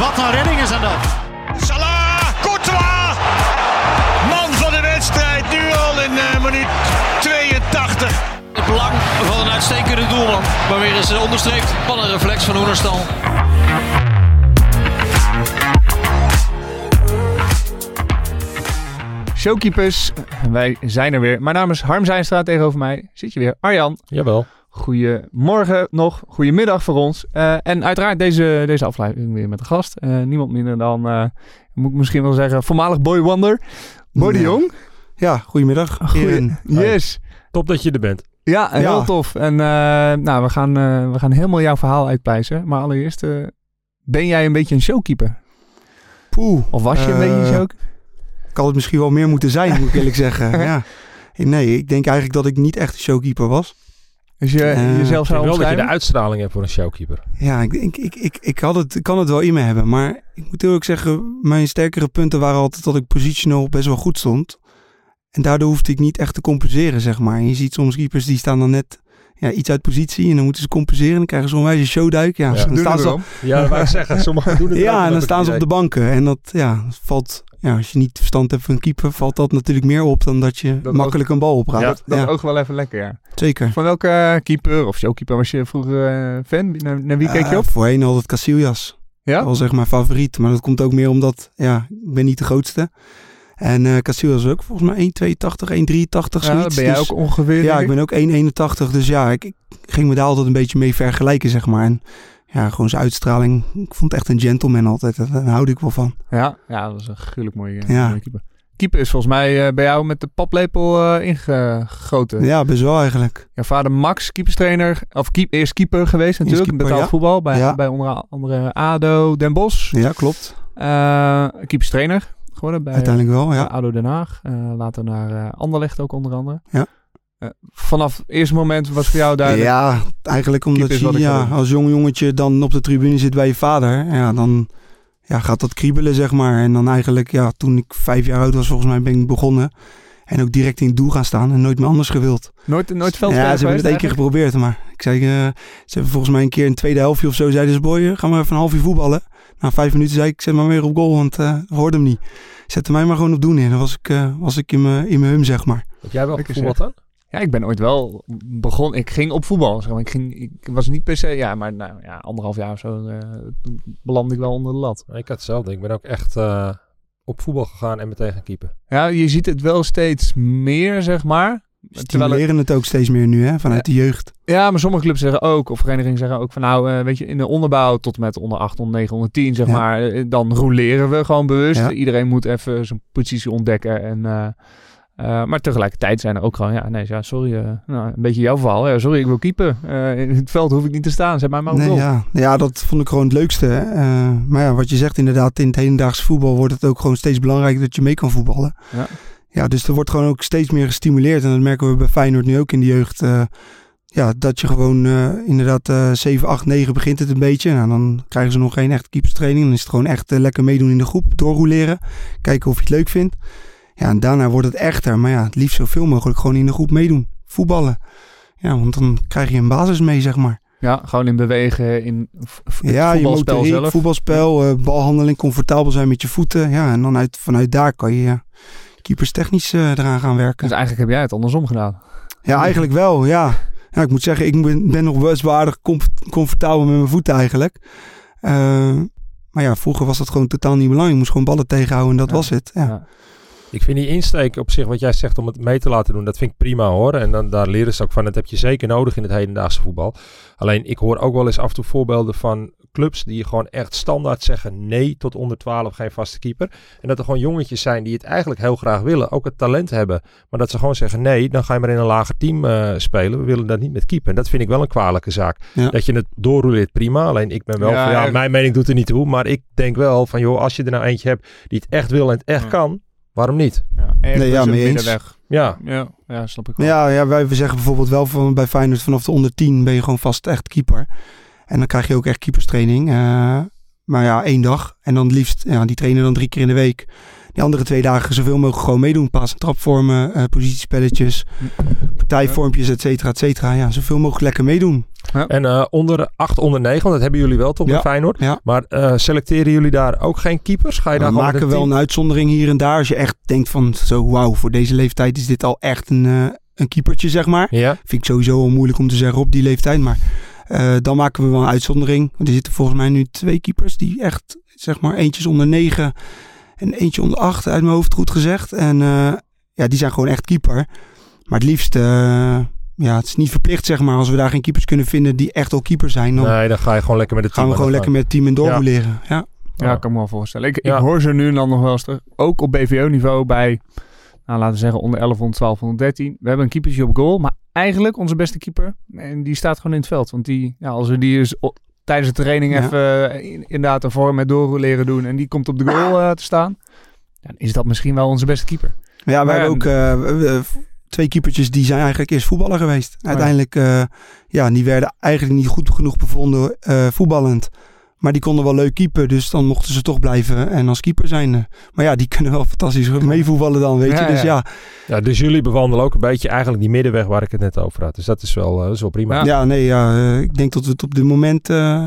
Wat een redding is aan dat. Salah, Courtois. Man van de wedstrijd, nu al in minuut 82. Het belang van een uitstekende doelman. Maar weer eens onderstreept van een reflex van Oenerstal. Showkeepers, wij zijn er weer. Mijn naam is Harm Zijnstra, tegenover mij zit je weer Arjan. Jawel. Goedemorgen nog, goedemiddag voor ons. En uiteraard deze aflevering weer met een gast. Niemand minder dan, moet ik misschien wel zeggen, voormalig Boy Wonder, Boy de Jong. Ja, goedemiddag. Yes. Top dat je er bent. Ja, heel tof. En we gaan helemaal jouw verhaal uitpijzen. Maar allereerst, ben jij een beetje een showkeeper? Poeh. Of was je een beetje een showkeeper? Kan het misschien wel meer moeten zijn, moet ik eerlijk zeggen. Ja. Nee, ik denk eigenlijk dat ik niet echt een showkeeper was. Dus je jezelf zou wel dat je de omschrijven? uitstraling hebt voor een showkeeper. Ja, ik kan het wel in me hebben. Maar ik moet eerlijk zeggen, mijn sterkere punten waren altijd dat ik positional best wel goed stond. En daardoor hoefde ik niet echt te compenseren, zeg maar. En je ziet soms keepers die staan dan net iets uit positie en dan moeten ze compenseren. En dan krijgen ze zo'n wijze showduik. Ja, dan staan ze dat wou ik zeggen. Sommigen doen het en dan staan ze op de banken. En dat valt... Ja, als je niet verstand hebt van een keeper, valt dat natuurlijk meer op dan dat je makkelijk een bal opraapt. Dat oog wel even lekker, ja. Zeker. Van welke keeper of showkeeper was je vroeger fan? Naar wie keek je op? Voorheen altijd Casillas. Ja? Dat was echt mijn favoriet. Maar dat komt ook meer omdat, ik ben niet de grootste. En Casillas ook volgens mij 1,82, 1,83 zoiets. Ja, ben jij ook ongeveer? Ja, ik ben ook 1,81. Dus ja, ik ging me daar altijd een beetje mee vergelijken, zeg maar. En ja, gewoon zijn uitstraling. Ik vond het echt een gentleman altijd. Daar hou ik wel van. Ja, dat is een gruwelijk mooie keeper. Keeper is volgens mij bij jou met de paplepel ingegoten. Ja, best wel eigenlijk. Jouw vader Max, keeperstrainer, of eerst keeper geweest natuurlijk. Betaald voetbal bij onder andere ADO Den Bosch. Ja, klopt. Keeperstrainer geworden bij uiteindelijk wel, ja. ADO Den Haag. Later naar Anderlecht ook onder andere. Ja. Vanaf het eerste moment was voor jou duidelijk... Ja, eigenlijk omdat je als jong jongetje dan op de tribune zit bij je vader. Ja, dan gaat dat kriebelen, zeg maar. En dan eigenlijk, toen ik 5 jaar oud was, volgens mij ben ik begonnen. En ook direct in het doel gaan staan en nooit meer anders gewild. Nooit veldspeler Ja, ze hebben het 1 keer geprobeerd. Maar ik zei, ze hebben volgens mij een keer in het tweede helftje of zo, zeiden ze, boy, gaan we even een half uur voetballen. Na 5 minuten zei ik, zet maar weer op goal, want hoorde hem niet. Zette mij maar gewoon op doen in. Dan was ik in mijn hum, zeg maar. Heb jij wel gevoetbald dan? Ja, ik ben ooit wel begonnen. Ik ging op voetbal. Zeg maar. Ik was niet per se... maar 1,5 jaar of zo belandde ik wel onder de lat. Ik had hetzelfde. Ik ben ook echt op voetbal gegaan en meteen gaan keepen. Ja, je ziet het wel steeds meer, zeg maar. Stimuleren het ook steeds meer nu, hè? Vanuit de jeugd. Ja, maar sommige clubs zeggen ook, of verenigingen zeggen ook van weet je, in de onderbouw tot en met onder 8, onder 9, onder 10, zeg maar. Dan roleren we gewoon bewust. Ja. Iedereen moet even zijn positie ontdekken en... maar tegelijkertijd zijn er ook gewoon... sorry, een beetje jouw verhaal. Ja, sorry, ik wil keepen. In het veld hoef ik niet te staan. Zet mij maar op goal. Ja, dat vond ik gewoon het leukste. Maar ja, wat je zegt inderdaad, in het hedendaagse voetbal wordt het ook gewoon steeds belangrijker dat je mee kan voetballen. Ja, dus er wordt gewoon ook steeds meer gestimuleerd. En dat merken we bij Feyenoord nu ook in de jeugd. Dat je gewoon inderdaad 7, 8, 9 begint het een beetje. Nou, dan krijgen ze nog geen echte keeperstraining. Dan is het gewoon echt lekker meedoen in de groep. Doorrouleren. Kijken of je het leuk vindt. Ja, en daarna wordt het echter. Maar ja, het liefst zoveel mogelijk gewoon in de groep meedoen. Voetballen. Ja, want dan krijg je een basis mee, zeg maar. Ja, gewoon in bewegen, in het voetbalspel zelf. Voetbalspel, balhandeling, comfortabel zijn met je voeten. Ja, en dan vanuit daar kan je keeperstechnisch eraan gaan werken. Dus eigenlijk heb jij het andersom gedaan. Ja, eigenlijk wel, ja. Ja, ik moet zeggen, ik ben nog best wel aardig comfortabel met mijn voeten eigenlijk. Maar ja, vroeger was dat gewoon totaal niet belangrijk. Je moest gewoon ballen tegenhouden en dat was het. Ja. Ik vind die insteek op zich, wat jij zegt om het mee te laten doen, dat vind ik prima hoor. En dan, daar leren ze ook van, dat heb je zeker nodig in het hedendaagse voetbal. Alleen, ik hoor ook wel eens af en toe voorbeelden van clubs die gewoon echt standaard zeggen nee tot onder 12, geen vaste keeper. En dat er gewoon jongetjes zijn die het eigenlijk heel graag willen, ook het talent hebben. Maar dat ze gewoon zeggen nee, dan ga je maar in een lager team spelen. We willen dat niet met keeper. En dat vind ik wel een kwalijke zaak. Ja. Dat je het doorroleert, prima. Alleen ik ben wel mijn mening doet er niet toe. Maar ik denk wel van joh, als je er nou eentje hebt die het echt wil en het echt kan, waarom niet? Mee eens. Ja, snap ik wel. Ja, wij zeggen bijvoorbeeld wel bij Feyenoord vanaf de onder 10 ben je gewoon vast echt keeper. En dan krijg je ook echt keeperstraining. Maar ja, 1 dag. En dan liefst, die trainen dan 3 keer in de week. Die andere 2 dagen zoveel mogelijk gewoon meedoen. Paas- en trapvormen, positiespelletjes, partijvormpjes, et cetera, et cetera. Ja, zoveel mogelijk lekker meedoen. Ja. En onder 8, onder 9, want dat hebben jullie wel toch bij Feyenoord. Ja. Maar selecteren jullie daar ook geen keepers? Ga je daar we maken wel een uitzondering hier en daar. Als je echt denkt van zo, wauw, voor deze leeftijd is dit al echt een keepertje, zeg maar. Ja. Vind ik sowieso wel moeilijk om te zeggen op die leeftijd. Maar dan maken we wel een uitzondering. Want er zitten volgens mij nu 2 keepers die echt, zeg maar, eentje onder 9 en eentje onder 8 uit mijn hoofd, goed gezegd. En die zijn gewoon echt keeper. Maar het liefst, het is niet verplicht, zeg maar, als we daar geen keepers kunnen vinden die echt al keeper zijn. Dan ga je gewoon lekker met het team. Gaan we gewoon lekker met het team in doorboleren. Ja, kan me wel voorstellen. Ik hoor ze nu en dan nog wel eens terug. Ook op BVO-niveau bij, laten we zeggen, onder 11, onder 12, onder 13. We hebben een keepertje op goal. Maar eigenlijk onze beste keeper, en die staat gewoon in het veld. Want als we die dus tijdens de training even inderdaad ervoor met doorroleren doen en die komt op de goal te staan, dan is dat misschien wel onze beste keeper. Ja, wij hebben ook 2 keepertjes die zijn eigenlijk eerst voetballer geweest. Uiteindelijk, die werden eigenlijk niet goed genoeg bevonden voetballend. Maar die konden wel leuk keepen, dus dan mochten ze toch blijven en als keeper zijn. Maar die kunnen wel fantastisch meevoetballen dan, weet je. Dus ja, dus jullie bewandelen ook een beetje eigenlijk die middenweg waar ik het net over had. Dus dat is wel prima. Ik denk dat we het op dit moment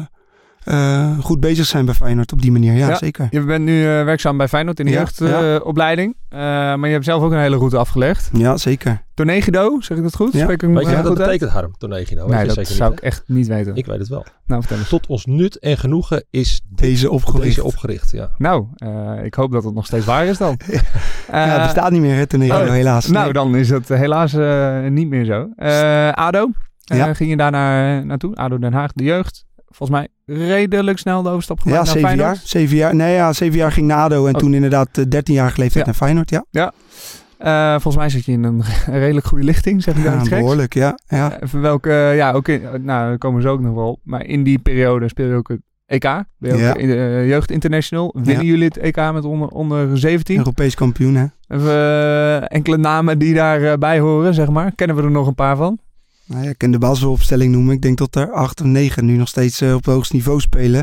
goed bezig zijn bij Feyenoord op die manier. Ja, zeker. Je bent nu werkzaam bij Feyenoord in de jeugdopleiding. Maar je hebt zelf ook een hele route afgelegd. Ja, zeker. Tornegido, zeg ik dat goed? Ja. Weet je wat dat betekent, Harm? Tornegido? Nee, dat zou ik echt niet weten. Ik weet het wel. Nou, vertel eens. Tot ons nut en genoegen is deze opgericht. Ja. Nou, ik hoop dat het nog steeds waar is dan. Het bestaat niet meer, Tornegido, helaas. Nou, dan is het helaas niet meer zo. ADO, ging je daar naartoe? ADO Den Haag, de jeugd. Volgens mij redelijk snel de overstap gemaakt naar Feyenoord. 7 jaar. Nee, 7 jaar ging naar ADO en toen inderdaad 13 jaar leeftijd naar Feyenoord, ja. Volgens mij zit je in een redelijk goede lichting, zeg ik dat niet gek? Behoorlijk, ja. Even welke, daar komen ze ook nog wel. Maar in die periode speel je ook het EK. Ben je ook in de Jeugd International. Winnen jullie het EK met onder 17? Europees kampioen, hè. Even enkele namen die daarbij horen, zeg maar. Kennen we er nog een paar van? Nou, ik kan de basisopstelling noemen. Ik denk dat er 8 of 9 nu nog steeds op hoogst niveau spelen.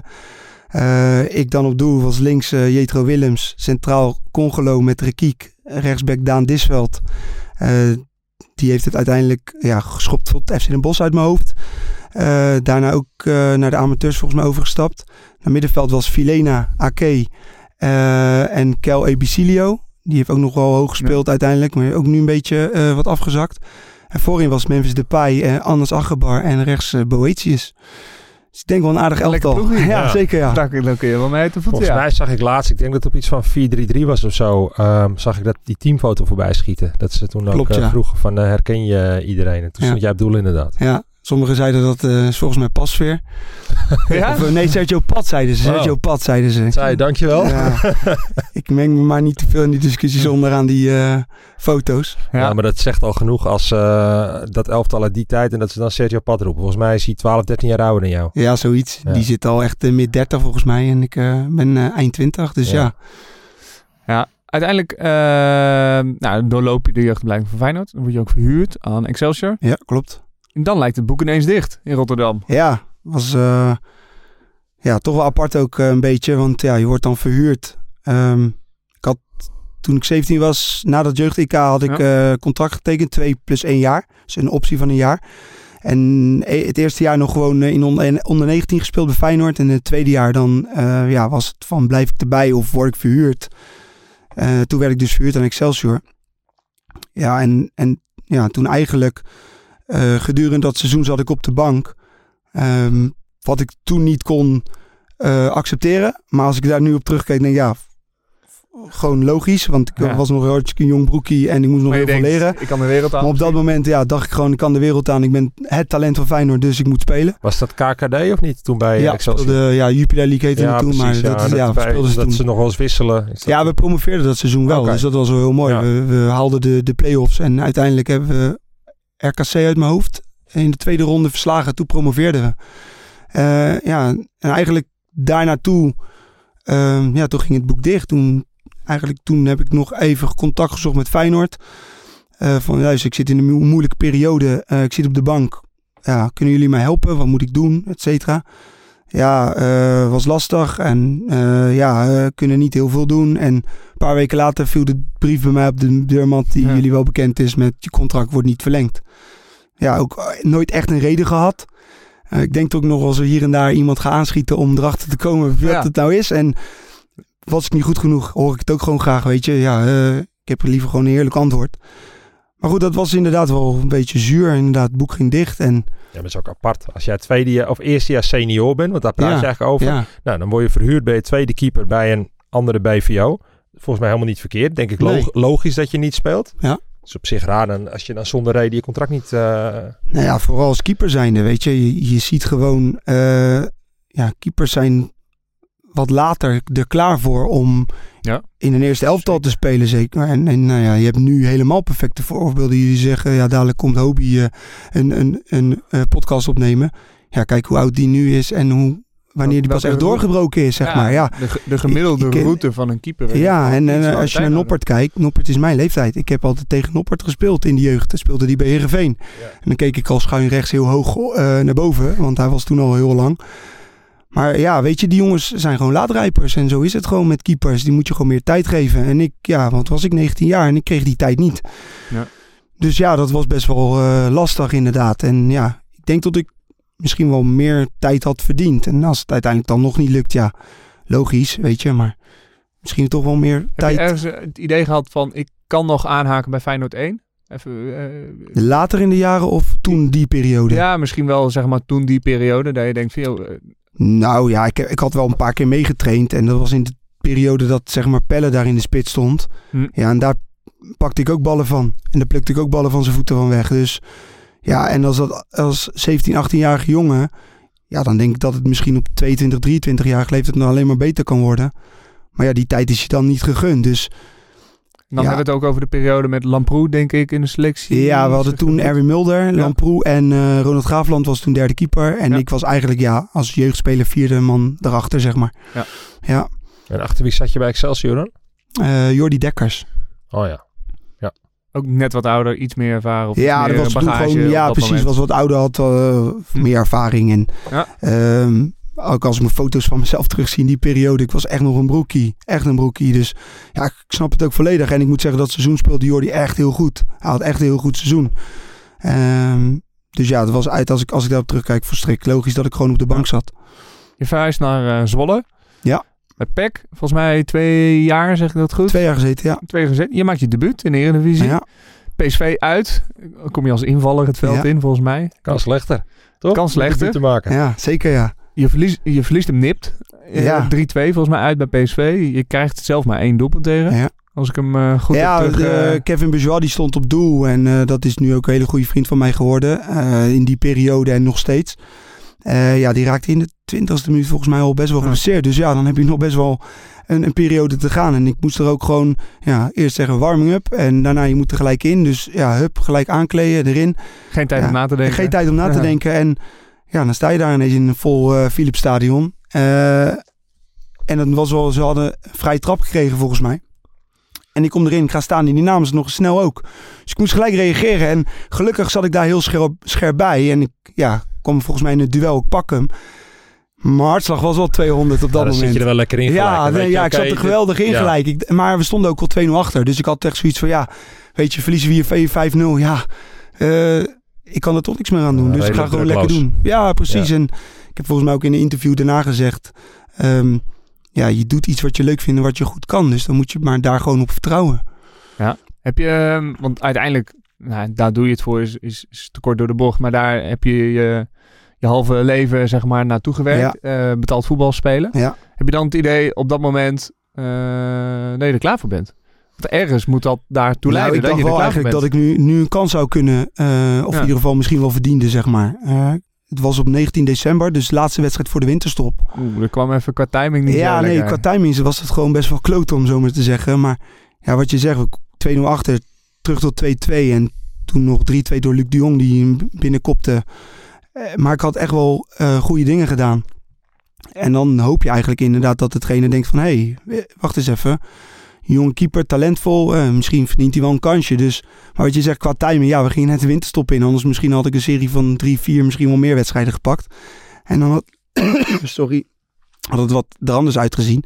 Ik dan op doel was links Jetro Willems. Centraal Congolo met Rekiek. Rechtsback Daan Disveld. Die heeft het uiteindelijk geschopt tot FC Den Bosch uit mijn hoofd. Daarna ook naar de amateurs volgens mij overgestapt. Naar middenveld was Filena Ake en Kel Ebicilio. Die heeft ook nog wel hoog gespeeld uiteindelijk. Maar ook nu een beetje wat afgezakt. En voorin was Memphis Depay, Anas Achebar en rechts Boetius. Dus ik denk wel een aardig elftal. Ja, zeker ja. Daar kun je wel mee uit de voet. Volgens mij zag ik laatst, ik denk dat het op iets van 4-3-3 was of zo, zag ik dat die teamfoto voorbij schieten. Dat ze toen ook vroegen van herken je iedereen? En toen stond jij op doel inderdaad. Ja. Sommigen zeiden dat is volgens mij Pasveer. Ja? Nee, Sergio Pat zeiden ze. Sergio Pat zeiden ze. Zei, dankjewel. Ja. Ik meng me maar niet te veel in die discussies onderaan die foto's. Ja, maar dat zegt al genoeg als dat elftal uit die tijd en dat ze dan Sergio Pat roepen. Volgens mij is hij 12, 13 jaar ouder dan jou. Ja, zoiets. Ja. Die zit al echt mid 30 volgens mij en ik ben eind 20, dus ja. Ja. Uiteindelijk doorloop je de jeugdopleiding van Feyenoord. Dan word je ook verhuurd aan Excelsior. Ja, klopt. En dan lijkt het boek ineens dicht in Rotterdam. Ja, was toch wel apart ook een beetje. Want je wordt dan verhuurd. Toen ik 17 was, na dat jeugd-EK had ik contract getekend. 2 + 1 jaar. Dus een optie van een jaar. En het eerste jaar nog gewoon in onder 19 gespeeld bij Feyenoord. En het tweede jaar dan was het van blijf ik erbij of word ik verhuurd. Toen werd ik dus verhuurd aan Excelsior. Ja, en toen eigenlijk... gedurende dat seizoen zat ik op de bank. Wat ik toen niet kon accepteren. Maar als ik daar nu op terugkijk, denk ik gewoon logisch. Want ik was nog een jong broekie en ik moest nog heel veel leren. Ik kan de wereld aan. Maar op dat moment dacht ik gewoon, ik kan de wereld aan. Ik ben het talent van Feyenoord, dus ik moet spelen. Was dat KKD of niet toen bij Excelsior? Jupiler League heette het toen. Precies, maar dat ze nog wel eens wisselen. Ja, we promoveerden dat seizoen wel. Okay. Dus dat was wel heel mooi. Ja. We haalden de play-offs en uiteindelijk hebben we RKC uit mijn hoofd in de tweede ronde verslagen. Toen promoveerden we. En eigenlijk daarnaartoe, toen ging het boek dicht. Toen heb ik nog even contact gezocht met Feyenoord. Dus ik zit in een moeilijke periode. Ik zit op de bank. Kunnen jullie mij helpen? Wat moet ik doen? Et cetera. Was lastig. En kunnen niet heel veel doen. En een paar weken later viel de brief bij mij op de deurmat die jullie wel bekend is met je contract wordt niet verlengd. Ja, ook nooit echt een reden gehad. Ik denk ook nog als er hier en daar iemand gaat aanschieten om erachter te komen wat het nou is. En was ik niet goed genoeg, hoor ik het ook gewoon graag, weet je. Ja, ik heb liever gewoon een eerlijk antwoord. Maar goed, dat was inderdaad wel een beetje zuur. Inderdaad, het boek ging dicht. En... Ja, maar dat is ook apart. Als jij eerste jaar senior bent, want daar praat je eigenlijk over. Ja. Nou, dan word je verhuurd bij je tweede keeper bij een andere BVO. Volgens mij helemaal niet verkeerd. Denk ik logisch dat je niet speelt. Ja. Dat is op zich raar als je dan zonder reden je contract niet... Nou ja, vooral als keeper zijnde, weet je. Je ziet gewoon... keepers zijn wat later er klaar voor om in een eerste elftal te spelen, zeker. En nou ja, je hebt nu helemaal perfecte voorbeelden. Jullie zeggen, dadelijk komt Hobie een podcast opnemen. Ja, kijk hoe oud die nu is en wanneer die pas echt doorgebroken is, zeg maar. Ja. De gemiddelde route van een keeper. Ja, en als je naar Noppert kijkt, Noppert is mijn leeftijd. Ik heb altijd tegen Noppert gespeeld in de jeugd. Dan speelde die bij Heerenveen. Ja. En dan keek ik al schuin rechts heel hoog naar boven, want hij was toen al heel lang. Maar ja, weet je, die jongens zijn gewoon laadrijpers. En zo is het gewoon met keepers. Die moet je gewoon meer tijd geven. En want was ik 19 jaar en ik kreeg die tijd niet. Ja. Dus ja, dat was best wel lastig inderdaad. En ja, ik denk dat ik misschien wel meer tijd had verdiend. En als het uiteindelijk dan nog niet lukt, ja, logisch, weet je. Maar misschien toch wel meer tijd. Heb je ergens het idee gehad van, ik kan nog aanhaken bij Feyenoord 1? Later in de jaren of toen die periode? Ja, misschien wel zeg maar toen die periode. Dat je denkt, nou ja, ik had wel een paar keer meegetraind. En dat was in de periode dat zeg maar Pelle daar in de spits stond. Ja, en daar pakte ik ook ballen van. En daar plukte ik ook ballen van zijn voeten van weg. Dus ja, en als 17, 18-jarige jongen... Ja, dan denk ik dat het misschien op 22, 23-jarige leeftijd nog alleen maar beter kan worden. Maar ja, die tijd is je dan niet gegund. Dus dan hebben we het ook over de periode met Lamproe, denk ik, in de selectie. Ja, we hadden toen Erwin Mulder, Lamproe en Ronald Graafland was toen derde keeper. En ik was eigenlijk als jeugdspeler vierde man daarachter, zeg maar. Ja. En achter wie zat je bij Excelsior dan? Jordi Dekkers. Oh ja. Ook net wat ouder, iets meer ervaren. Of ja, meer dat was bagage toen gewoon, ja, precies. Moment. Was wat ouder, had meer ervaring. En ook als ik mijn foto's van mezelf terugzie in die periode, ik was echt nog een broekie. Echt een broekie. Dus ja, ik snap het ook volledig. En ik moet zeggen, dat seizoen speelde Jordi echt heel goed. Hij had echt een heel goed seizoen. Dus ja, het was als ik daarop terugkijk, volstrekt logisch dat ik gewoon op de bank zat. Je verhuist naar Zwolle. Ja. Bij PEC, volgens mij 2 jaar, zeg ik dat goed? 2 jaar gezeten, ja. 2 jaar gezeten. Je maakt je debuut in de Eredivisie. Ja. PSV uit. Kom je als invaller het veld in, volgens mij. Kan slechter, toch? Kan slechter. Te maken. Ja, zeker ja. Je verliest hem nipt. 3-2 volgens mij uit bij PSV. Je krijgt zelf maar 1 doelpunt tegen. Ja. Als ik hem goed heb terug... Kevin Bourgeois die stond op doel. En dat is nu ook een hele goede vriend van mij geworden. In die periode en nog steeds. Die raakte in de 20e minuut volgens mij al best wel geblesseerd. Dus ja, dan heb je nog best wel een periode te gaan. En ik moest er ook gewoon eerst zeggen warming up. En daarna je moet er gelijk in. Dus ja, gelijk aankleden, erin. Geen tijd om na te denken. Geen tijd om na te denken. En ja, dan sta je daar ineens in een vol Philips stadion. En dat was wel, ze hadden een vrije trap gekregen volgens mij. En ik kom erin, ik ga staan en die namen ze nog snel ook. Dus ik moest gelijk reageren. En gelukkig zat ik daar heel scherp bij. En ik kwam volgens mij in het duel, ik pak hem. Mijn hartslag was wel 200 op dat moment. Dan zit je er wel lekker in gelijk. Ik zat er geweldig in gelijk. Maar we stonden ook al 2-0 achter. Dus ik had echt zoiets van, weet je, verliezen we hier 5-0. Ja, ik kan er toch niks meer aan doen. Dus ik ga gewoon lekker doen. Ja, precies. Ja. En ik heb volgens mij ook in een interview daarna gezegd... je doet iets wat je leuk vindt en wat je goed kan. Dus dan moet je maar daar gewoon op vertrouwen. Ja, heb je... Want uiteindelijk, daar doe je het voor, is te kort door de bocht. Maar daar heb je je halve leven, zeg maar, naartoe gewerkt. Ja. Betaald voetbal spelen. Ja. Heb je dan het idee op dat moment dat je er klaar voor bent? Want ergens moet dat daartoe leiden dat je er klaar voor bent. Ik dacht wel eigenlijk dat ik nu een kans zou kunnen... of in ieder geval misschien wel verdiende, zeg maar... Het was op 19 december, dus de laatste wedstrijd voor de winterstop. Er kwam even qua timing niet zo lekker. Qua timing was het gewoon best wel kloten, om zo maar te zeggen. Maar ja, wat je zegt, 2-0 achter, terug tot 2-2. En toen nog 3-2 door Luc de Jong, die hem binnenkopte. Maar ik had echt wel goede dingen gedaan. En dan hoop je eigenlijk inderdaad dat hetgene denkt van... Hé, wacht eens even. Jonge keeper, talentvol. Misschien verdient hij wel een kansje. Dus, maar wat je zegt qua timing. Ja, we gingen net de winterstop in. Anders misschien had ik een serie van 3, 4, misschien wel meer wedstrijden gepakt. En dan had het wat er anders uitgezien.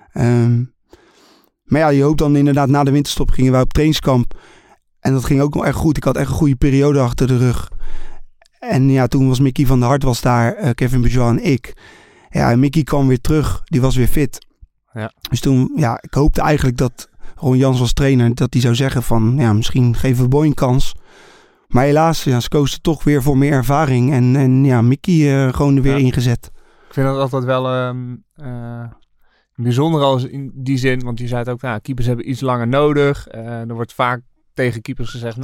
Maar ja, je hoopt dan inderdaad na de winterstop gingen wij op trainingskamp. En dat ging ook nog echt goed. Ik had echt een goede periode achter de rug. En ja, toen was Mickey van der Hart was daar, Kevin Bejois en ik. Ja, Mickey kwam weer terug. Die was weer fit. Ja. Dus toen, ik hoopte eigenlijk dat Ron Jans als trainer, dat hij zou zeggen van, misschien geven we Boy een kans. Maar helaas, ze kozen toch weer voor meer ervaring. En Mickey gewoon er weer ingezet. Ik vind dat altijd wel bijzonder als in die zin. Want je zei het ook, keepers hebben iets langer nodig. Er wordt vaak tegen keepers gezegd,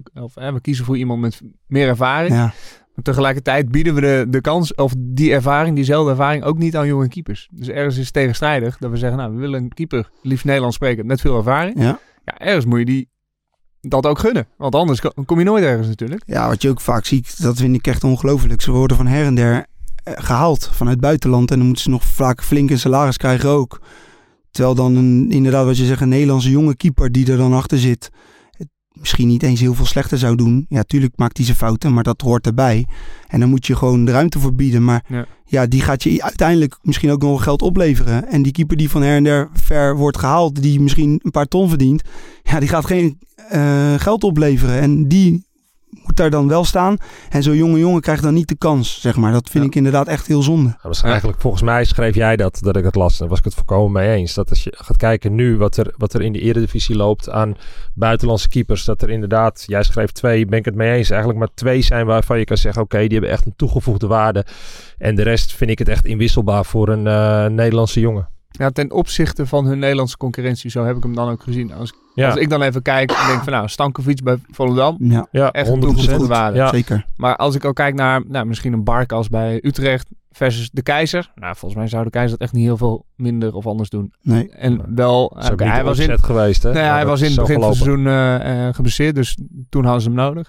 we kiezen voor iemand met meer ervaring. Ja. Maar tegelijkertijd bieden we de kans, of diezelfde ervaring, ook niet aan jonge keepers. Dus ergens is het tegenstrijdig dat we zeggen, we willen een keeper, liefst Nederlands sprekend, met veel ervaring. Ja. Ja, ergens moet je dat ook gunnen. Want anders kom je nooit ergens natuurlijk. Ja, wat je ook vaak ziet, dat vind ik echt ongelooflijk. Ze worden van her en der gehaald vanuit het buitenland. En dan moeten ze nog vaak flink een salaris krijgen ook. Terwijl dan inderdaad wat je zegt, een Nederlandse jonge keeper die er dan achter zit, misschien niet eens heel veel slechter zou doen. Ja, tuurlijk maakt hij zijn fouten, maar dat hoort erbij. En dan moet je gewoon de ruimte voor bieden. Maar die gaat je uiteindelijk misschien ook nog geld opleveren. En die keeper die van her en der ver wordt gehaald, die misschien een paar ton verdient, die gaat geen geld opleveren. En die moet daar dan wel staan. En zo'n jonge jongen krijgt dan niet de kans, zeg maar. Dat vind ik inderdaad echt heel zonde. Dat is eigenlijk, volgens mij schreef jij dat ik het las. Daar was ik het volkomen mee eens. Dat als je gaat kijken nu wat er in de Eredivisie loopt aan buitenlandse keepers, dat er inderdaad, jij schreef 2, ben ik het mee eens. Eigenlijk maar 2 zijn waarvan je kan zeggen, oké, die hebben echt een toegevoegde waarde. En de rest vind ik het echt inwisselbaar voor een Nederlandse jongen. Ja, ten opzichte van hun Nederlandse concurrentie, zo heb ik hem dan ook gezien. Als ik dan even kijk en denk van Stankovic bij Volendam, echt een toegevoegde waarde. Ja, zeker. Maar als ik ook kijk naar misschien een Barkas bij Utrecht versus de Keizer. Volgens mij zou de Keizer dat echt niet heel veel minder of anders doen. Nee. En wel, hij was geweest, hè? Nee, hij was in het begin van het seizoen geblesseerd, dus toen hadden ze hem nodig.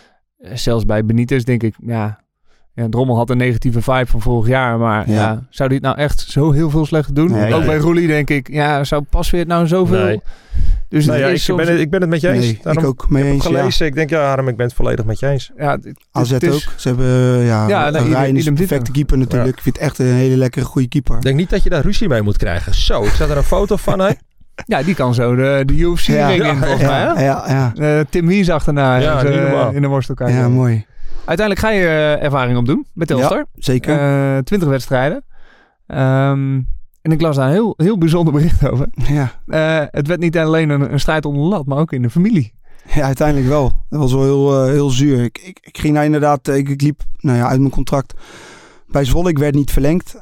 Zelfs bij Benitez denk ik, Drommel had een negatieve vibe van vorig jaar. Maar zou hij het nou echt zo heel veel slechter doen? Nee, ook bij Roelie denk ik, zou Pasveer het nou zoveel? Nee. Dus ik ben het met je eens. Nee, ik ook mee eens. Gelezen. Ik denk, Harm, ik ben het volledig met je eens. Ja, AZ ook. Ze hebben Rijn is een perfecte keeper natuurlijk. Ik vind het echt een hele lekkere, goede keeper. Ik denk niet dat je daar ruzie mee moet krijgen. Zo, ik zat er een foto van. Hè? Ja, die kan zo de UFC-ring in volgens mij. Ja. Tim Hies achterna in de worstelkaart. Ja, mooi. Uiteindelijk ga je ervaring opdoen bij Telstar. Ja, zeker. 20 wedstrijden. En ik las daar een heel bijzonder bericht over. Ja. Het werd niet alleen een strijd onder de lat, maar ook in de familie. Ja, uiteindelijk wel. Dat was wel heel zuur. Ik ging daar inderdaad, ik liep uit mijn contract bij Zwolle. Ik werd niet verlengd.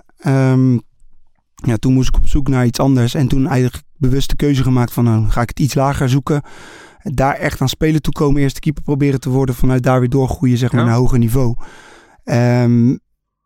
Toen moest ik op zoek naar iets anders. En toen eigenlijk bewust de keuze gemaakt van, ga ik het iets lager zoeken. Daar echt aan spelen toe komen. Eerste keeper proberen te worden. Vanuit daar weer doorgroeien, zeg maar, naar hoger niveau. En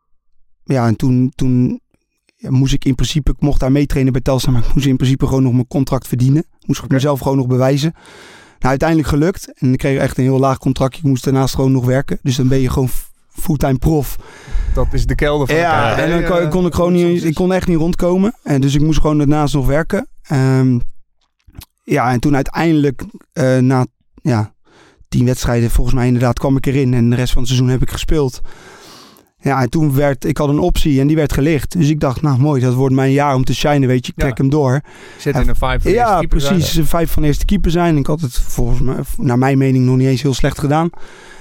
toen moest ik in principe, ik mocht daar meetrainen bij Telstar, maar ik moest in principe gewoon nog mijn contract verdienen. Moest ik mezelf gewoon nog bewijzen. Uiteindelijk gelukt. En ik kreeg echt een heel laag contractje. Ik moest daarnaast gewoon nog werken. Dus dan ben je gewoon fulltime prof. Dat is de kelder van elkaar. En dan kon ik gewoon niet, ik kon echt niet rondkomen. En dus ik moest gewoon daarnaast nog werken. En toen uiteindelijk na 10 wedstrijden volgens mij inderdaad kwam ik erin. En de rest van het seizoen heb ik gespeeld. Ja, en toen ik had een optie en die werd gelicht. Dus ik dacht, mooi, dat wordt mijn jaar om te shinen, weet je. Ik trek hem door. Zit in een 5 van de eerste keeper zijn. Ja, precies. Een 5 van de eerste keeper zijn. Ik had het volgens mij, naar mijn mening, nog niet eens heel slecht gedaan.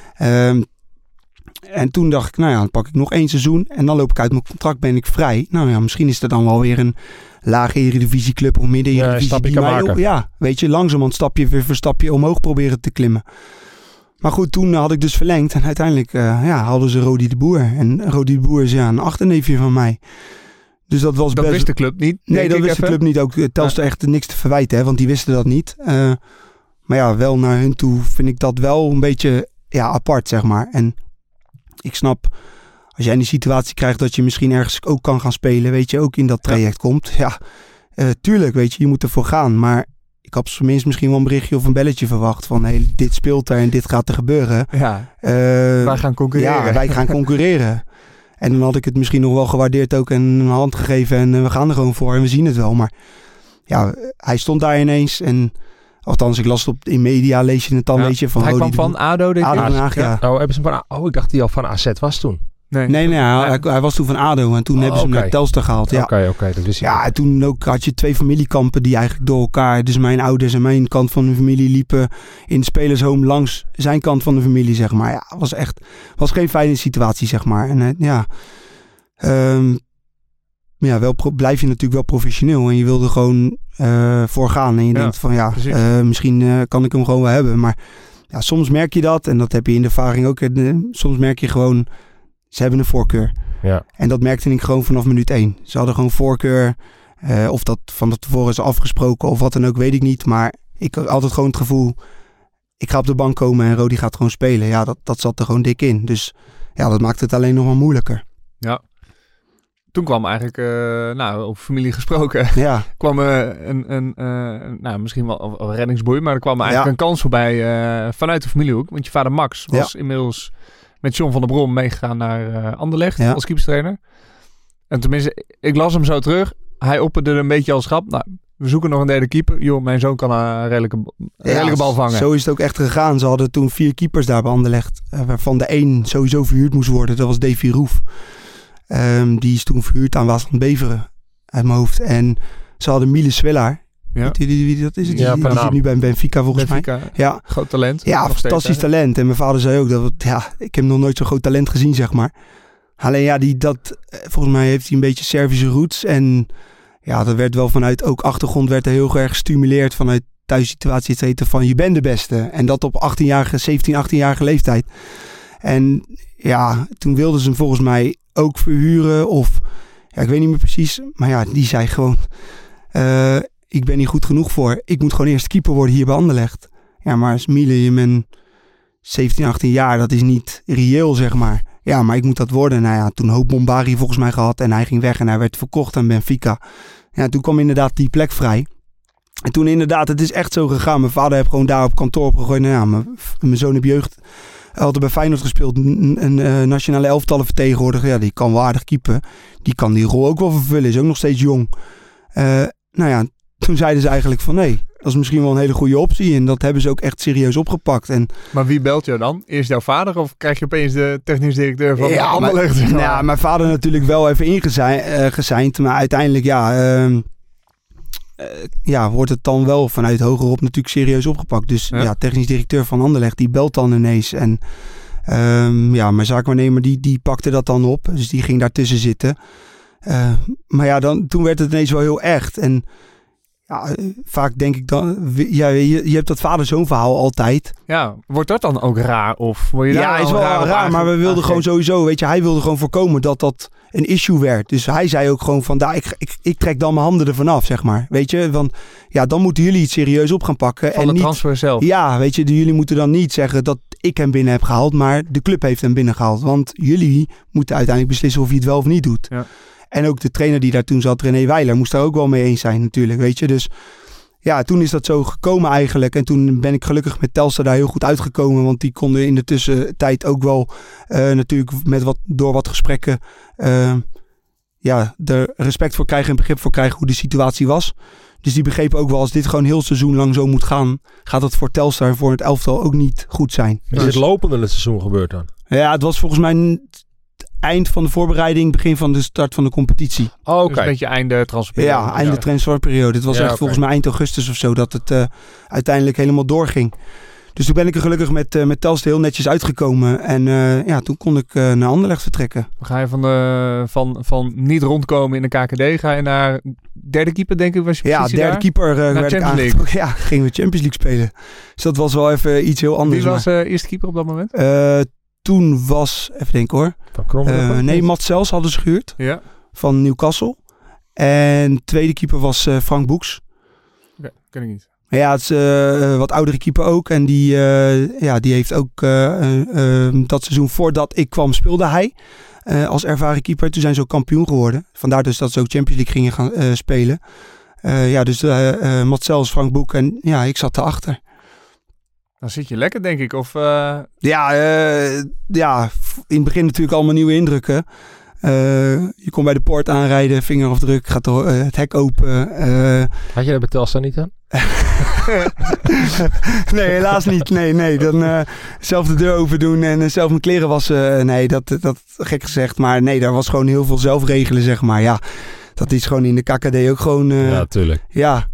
En toen dacht ik, dan pak ik nog 1 seizoen. En dan loop ik uit mijn contract, ben ik vrij. Misschien is er dan wel weer een lage eredivisieclub of midden eredivisie. Weet je, langzamerhand stapje voor stapje omhoog proberen te klimmen. Maar goed, toen had ik dus verlengd. En uiteindelijk hadden ze Rodi de Boer. En Rodi de Boer is een achterneefje van mij. Dus dat was dat wist de club niet? Nee, dat wist de club niet. Ook Telstar echt niks te verwijten, hè, want die wisten dat niet. Maar wel naar hun toe vind ik dat wel een beetje apart, zeg maar. En ik snap, als jij in die situatie krijgt dat je misschien ergens ook kan gaan spelen, weet je, ook in dat traject komt. Ja, tuurlijk, weet je moet ervoor gaan. Maar ik had tenminste misschien wel een berichtje of een belletje verwacht van, dit speelt er en dit gaat er gebeuren. Ja, wij gaan concurreren. Ja, wij gaan concurreren. En dan had ik het misschien nog wel gewaardeerd ook en een hand gegeven en we gaan er gewoon voor en we zien het wel. Maar hij stond daar ineens en althans, ik las het in media, lees je het dan, weet je. Van hij kwam van ADO, denk ik. ADO Den Haag, Oh, hebben ze ik dacht die al van AZ was toen. Nee, hij was toen van ADO en toen hebben ze hem naar Telstar gehaald. Ja. Oké, dat wist ik. Ja, en toen ook had je 2 familiekampen die eigenlijk door elkaar... Dus mijn ouders en mijn kant van de familie liepen in het spelershome langs zijn kant van de familie, zeg maar. Ja, was geen fijne situatie, zeg maar. En blijf je natuurlijk wel professioneel en je wilde gewoon voor gaan. En je denkt van misschien kan ik hem gewoon wel hebben. Maar ja, soms merk je dat en dat heb je in de ervaring ook. Soms merk je gewoon, ze hebben een voorkeur. Ja. En dat merkte ik gewoon vanaf minuut 1. Ze hadden gewoon voorkeur. Of dat van tevoren is afgesproken of wat dan ook, weet ik niet. Maar ik had altijd gewoon het gevoel, ik ga op de bank komen en Rodi gaat gewoon spelen. Ja, dat zat er gewoon dik in. Dus ja, dat maakt het alleen nog maar moeilijker. Ja. Toen kwam eigenlijk, over familie gesproken, kwam misschien wel een reddingsboei, maar er kwam eigenlijk een kans voorbij vanuit de familiehoek. Want je vader Max was inmiddels met John van der Brom meegegaan naar Anderlecht als keeperstrainer. En tenminste, ik las hem zo terug. Hij opperde er een beetje als grap. Nou, we zoeken nog een derde keeper. Joh, mijn zoon kan een redelijke bal vangen. Zo is het ook echt gegaan. Ze hadden toen 4 keepers daar bij Anderlecht, waarvan de 1 sowieso verhuurd moest worden. Dat was Davy Roef. Die is toen verhuurd aan Waasland-Beveren uit mijn hoofd. En ze hadden Miele Swellaar. Weet je wie dat is? Die zit nu bij Benfica volgens mij. Ja. Groot talent. Ja, fantastisch talent. En mijn vader zei ook ik heb nog nooit zo'n groot talent gezien, zeg maar. Alleen volgens mij heeft hij een beetje Servische roots. En ja, dat werd wel vanuit ook achtergrond werd er heel erg gestimuleerd vanuit thuissituatie et cetera, van je bent de beste. En dat op 17, 18-jarige leeftijd. En ja, toen wilden ze hem volgens mij ook verhuren of ik weet niet meer precies. Maar ja, die zei gewoon, ik ben niet goed genoeg voor. Ik moet gewoon eerst keeper worden hier bij Anderlecht. Ja, maar Miele, je bent 17, 18 jaar, dat is niet reëel, zeg maar. Ja, maar ik moet dat worden. Nou ja, toen Hoop Bombari volgens mij gehad en hij ging weg en hij werd verkocht aan Benfica. Ja, toen kwam inderdaad die plek vrij. En toen inderdaad, het is echt zo gegaan. Mijn vader heeft gewoon daar op kantoor opgegooid. Nou ja, mijn zoon heeft jeugd. Hij had er bij Feyenoord gespeeld. Een nationale elftallen vertegenwoordiger. Ja, die kan wel aardig keepen. Die kan die rol ook wel vervullen. Is ook nog steeds jong. Nou ja, toen zeiden ze eigenlijk van nee, dat is misschien wel een hele goede optie. En dat hebben ze ook echt serieus opgepakt. Maar wie belt je dan? Eerst jouw vader of krijg je opeens de technisch directeur van Anderlecht? Ja, mijn vader natuurlijk wel even ingezeind. Maar uiteindelijk wordt het dan wel vanuit hogerop natuurlijk serieus opgepakt. Dus technisch directeur van Anderlecht, die belt dan ineens. En mijn zaakwaarnemer die pakte dat dan op. Dus die ging daartussen zitten. Maar ja, toen werd het ineens wel heel echt. En ja, vaak denk ik dan, je hebt dat vader-zoon verhaal altijd. Ja, wordt dat dan ook raar? Of word je daar is wel raar, maar we wilden gewoon sowieso, weet je, hij wilde gewoon voorkomen dat een issue werd. Dus hij zei ook gewoon van, ik trek dan mijn handen ervan af, zeg maar. Weet je, van, ja, dan moeten jullie het serieus op gaan pakken. Van de transfer zelf. Ja, weet je, jullie moeten dan niet zeggen dat ik hem binnen heb gehaald, maar de club heeft hem binnengehaald. Want jullie moeten uiteindelijk beslissen of hij het wel of niet doet. Ja. En ook de trainer die daar toen zat, René Weiler, moest daar ook wel mee eens zijn natuurlijk, weet je. Dus ja, toen is dat zo gekomen eigenlijk. En toen ben ik gelukkig met Telstar daar heel goed uitgekomen. Want die konden in de tussentijd ook wel natuurlijk door wat gesprekken er respect voor krijgen en begrip voor krijgen hoe de situatie was. Dus die begrepen ook wel, als dit gewoon heel seizoen lang zo moet gaan, gaat dat voor Telstar en voor het elftal ook niet goed zijn. Is het lopende het seizoen gebeurd dan? Ja, het was volgens mij eind van de voorbereiding, begin van de start van de competitie. Oh, okay. Dus een beetje einde transferperiode. Ja, einde transferperiode. Het was echt volgens mij eind augustus of zo dat het uiteindelijk helemaal doorging. Dus toen ben ik er gelukkig met Telstar heel netjes uitgekomen. En toen kon ik naar Anderlecht vertrekken. Dan ga je van niet rondkomen in de KKD, ga je naar derde keeper, denk ik, was je positie derde daar? Keeper werd ik aangetrokken. Ja, gingen we Champions League spelen. Dus dat was wel even iets heel anders. Wie was eerste keeper op dat moment? Toen was, even denken hoor. Mats Sels hadden ze gehuurd. Ja. Van Newcastle. En tweede keeper was Frank Boeks. Oké, ken ik niet. Ja, het is wat oudere keeper ook. En die heeft ook dat seizoen voordat ik kwam speelde hij als ervaren keeper. Toen zijn ze ook kampioen geworden. Vandaar dus dat ze ook Champions League gingen gaan spelen. Dus Mats Sels, Frank Boek en ik zat erachter. Dan zit je lekker, denk ik. Of, in het begin natuurlijk allemaal nieuwe indrukken. Je komt bij de poort aanrijden, vingerafdruk, gaat het hek open. Had je dat bij Telstar niet aan? Nee, helaas niet. Nee. Dan zelf de deur open doen en zelf mijn kleren wassen. Nee, dat gek gezegd. Maar nee, daar was gewoon heel veel zelfregelen, zeg maar. Ja, dat is gewoon in de KKD ook gewoon... ja, tuurlijk. Ja,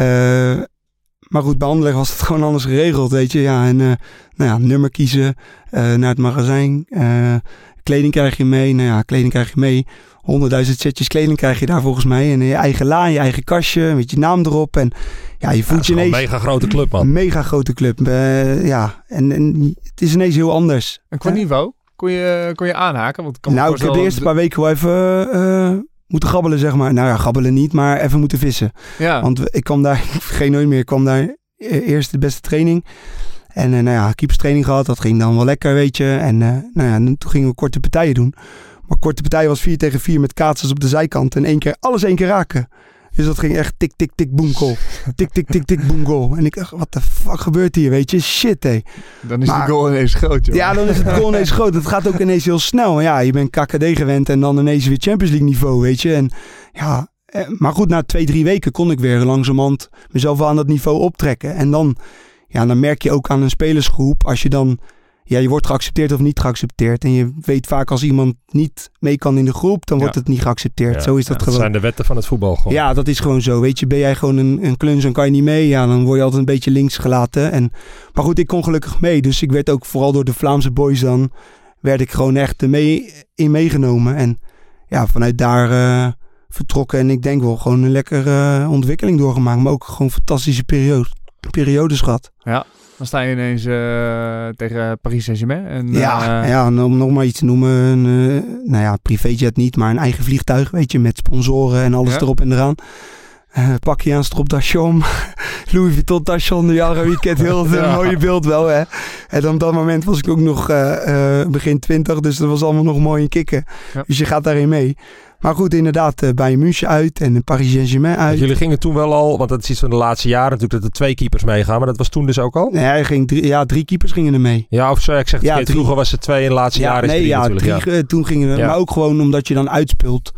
maar goed, bij Anderlecht was het gewoon anders geregeld, weet je. Ja, en nummer kiezen, naar het magazijn. Kleding krijg je mee. Nou ja, kleding krijg je mee. 100.000 setjes kleding krijg je daar volgens mij. En je eigen la, je eigen kastje, met je naam erop. En ja, je voelt je ineens... een mega grote club, man. Een mega grote club. Ja, en het is ineens heel anders. En qua niveau, kon je aanhaken? Want ik heb de eerste paar weken wel even moeten gabbelen, zeg maar. Nou ja, gabbelen niet, maar even moeten vissen. Ja. Want ik kwam daar, ik vergeet nooit meer, ik kwam daar eerst de beste training. En keeperstraining gehad, dat ging dan wel lekker, weet je. En toen gingen we korte partijen doen. Maar korte partij was 4 tegen 4 met kaatsers op de zijkant. En alles één keer raken. Dus dat ging echt tik, tik, tik, boom, goal. Tik, tik, tik, tik, boom, goal. En ik dacht, wat de fuck gebeurt hier, weet je? Shit, hé. Dan is de goal ineens groot, joh. Ja, dan is het goal ineens groot. Het gaat ook ineens heel snel. Ja, je bent KKD gewend en dan ineens weer Champions League niveau, weet je. En ja, maar goed, na 2-3 weken kon ik weer langzamerhand mezelf wel aan dat niveau optrekken. En dan merk je ook aan een spelersgroep, als je dan... Ja, je wordt geaccepteerd of niet geaccepteerd. En je weet vaak als iemand niet mee kan in de groep, dan wordt het niet geaccepteerd. Ja, zo is dat gewoon. Dat zijn de wetten van het voetbal gewoon. Ja, dat is gewoon zo. Weet je, ben jij gewoon een kluns en kan je niet mee, ja, dan word je altijd een beetje links gelaten. Maar goed, ik kon gelukkig mee. Dus ik werd ook vooral door de Vlaamse boys dan, werd ik gewoon echt meegenomen. En ja, vanuit daar vertrokken. En ik denk wel gewoon een lekkere ontwikkeling doorgemaakt. Maar ook gewoon fantastische periodes gehad. Ja. Dan sta je ineens tegen Paris Saint-Germain. En, om nog maar iets te noemen. Privéjet niet, maar een eigen vliegtuig, weet je, met sponsoren en alles erop en eraan. Pak je aan, stropdasje om. Louis Vuitton tasje onder je arm. Je kent heel het mooie beeld wel, hè. En op dat moment was ik ook nog begin 20, dus dat was allemaal nog mooi in kikken. Ja. Dus je gaat daarin mee. Maar goed, inderdaad, bij München uit en Paris Saint-Germain uit. Jullie gingen toen wel al, want dat is iets van de laatste jaren natuurlijk, dat er 2 keepers meegaan. Maar dat was toen dus ook al? Nee, 3 keepers gingen er mee. Ja, of zo, ik zeg het vroeger was het 2 en de laatste jaren is 3 natuurlijk. 3, toen gingen er, maar ook gewoon omdat je dan uitspeelt.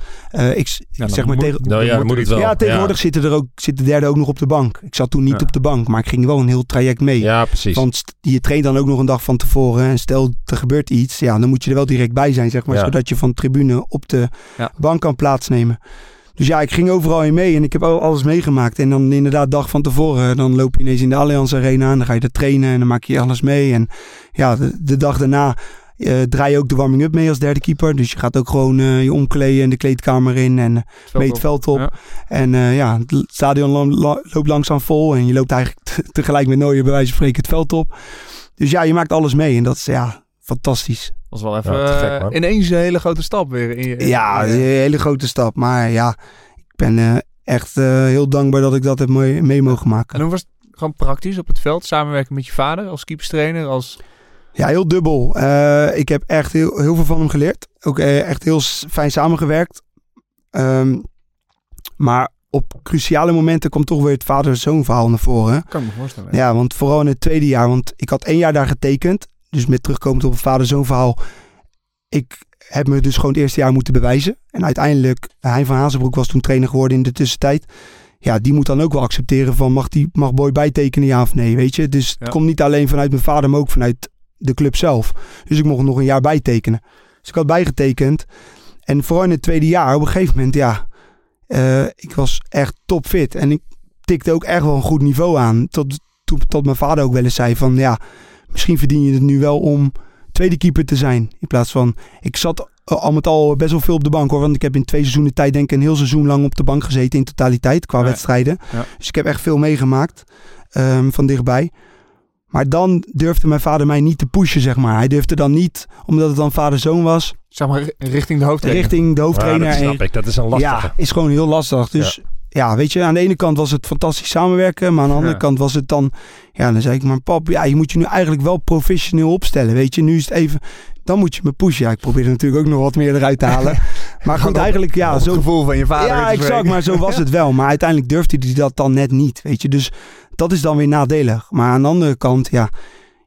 Tegenwoordig zit de derde ook nog op de bank. Ik zat toen niet op de bank, maar ik ging wel een heel traject mee. Ja, precies. Want je traint dan ook nog een dag van tevoren. En stel, er gebeurt iets, ja, dan moet je er wel direct bij zijn, zeg maar. Ja. Zodat je van de tribune op de bank kan plaatsnemen. Dus ja, ik ging overal in mee en ik heb alles meegemaakt. En dan inderdaad dag van tevoren, dan loop je ineens in de Allianz Arena en dan ga je er trainen en dan maak je alles mee. En ja, de dag daarna draai je ook de warming-up mee als derde keeper. Dus je gaat ook gewoon je omkleden en de kleedkamer in en mee het veld op. Ja. En het stadion loopt langzaam vol en je loopt eigenlijk tegelijk met Neuer bij wijze van spreken het veld op. Dus ja, je maakt alles mee en dat is fantastisch. Dat was wel even ineens een hele grote stap weer. Een hele grote stap. Maar ja, ik ben echt heel dankbaar dat ik dat heb mee mogen maken. En hoe was het gewoon praktisch op het veld? Samenwerken met je vader als keeperstrainer? Ja, heel dubbel. Ik heb echt heel veel van hem geleerd. Ook echt heel fijn samengewerkt. Maar op cruciale momenten komt toch weer het vader-zoon verhaal naar voren. Kan ik me voorstellen. Ja, want vooral in het tweede jaar. Want ik had 1 jaar daar getekend. Dus met terugkomend op het vader-zoon verhaal. Ik heb me dus gewoon het eerste jaar moeten bewijzen. En uiteindelijk, Hein van Hazenbroek was toen trainer geworden in de tussentijd. Ja, die moet dan ook wel accepteren van mag Boy bijtekenen, ja of nee, weet je. Dus het komt niet alleen vanuit mijn vader, maar ook vanuit de club zelf. Dus ik mocht nog een jaar bijtekenen. Dus ik had bijgetekend. En vooral in het tweede jaar, op een gegeven moment, ik was echt topfit. En ik tikte ook echt wel een goed niveau aan. Tot mijn vader ook wel eens zei van, misschien verdien je het nu wel om tweede keeper te zijn. In plaats van, ik zat al met al best wel veel op de bank, hoor. Want ik heb in 2 seizoenen tijd denk ik een heel seizoen lang op de bank gezeten in totaliteit qua wedstrijden. Ja. Dus ik heb echt veel meegemaakt van dichtbij. Maar dan durfde mijn vader mij niet te pushen, zeg maar. Hij durfde dan niet, omdat het dan vader-zoon was. Zeg maar richting de hoofdtrainer. Dat snap ik, dat is een lastige. Ja, is gewoon heel lastig. Dus ja, weet je, aan de ene kant was het fantastisch samenwerken. Maar aan de andere kant was het dan... Ja, dan zei ik, maar pap, je moet je nu eigenlijk wel professioneel opstellen. Weet je, nu is het even... Dan moet je me pushen. Ja, ik probeerde natuurlijk ook nog wat meer eruit te halen. Maar goed, eigenlijk zo... Het gevoel van je vader. Ja, exact, maar zo was het wel. Maar uiteindelijk durfde hij dat dan net niet, weet je. Dus dat is dan weer nadelig. Maar aan de andere kant,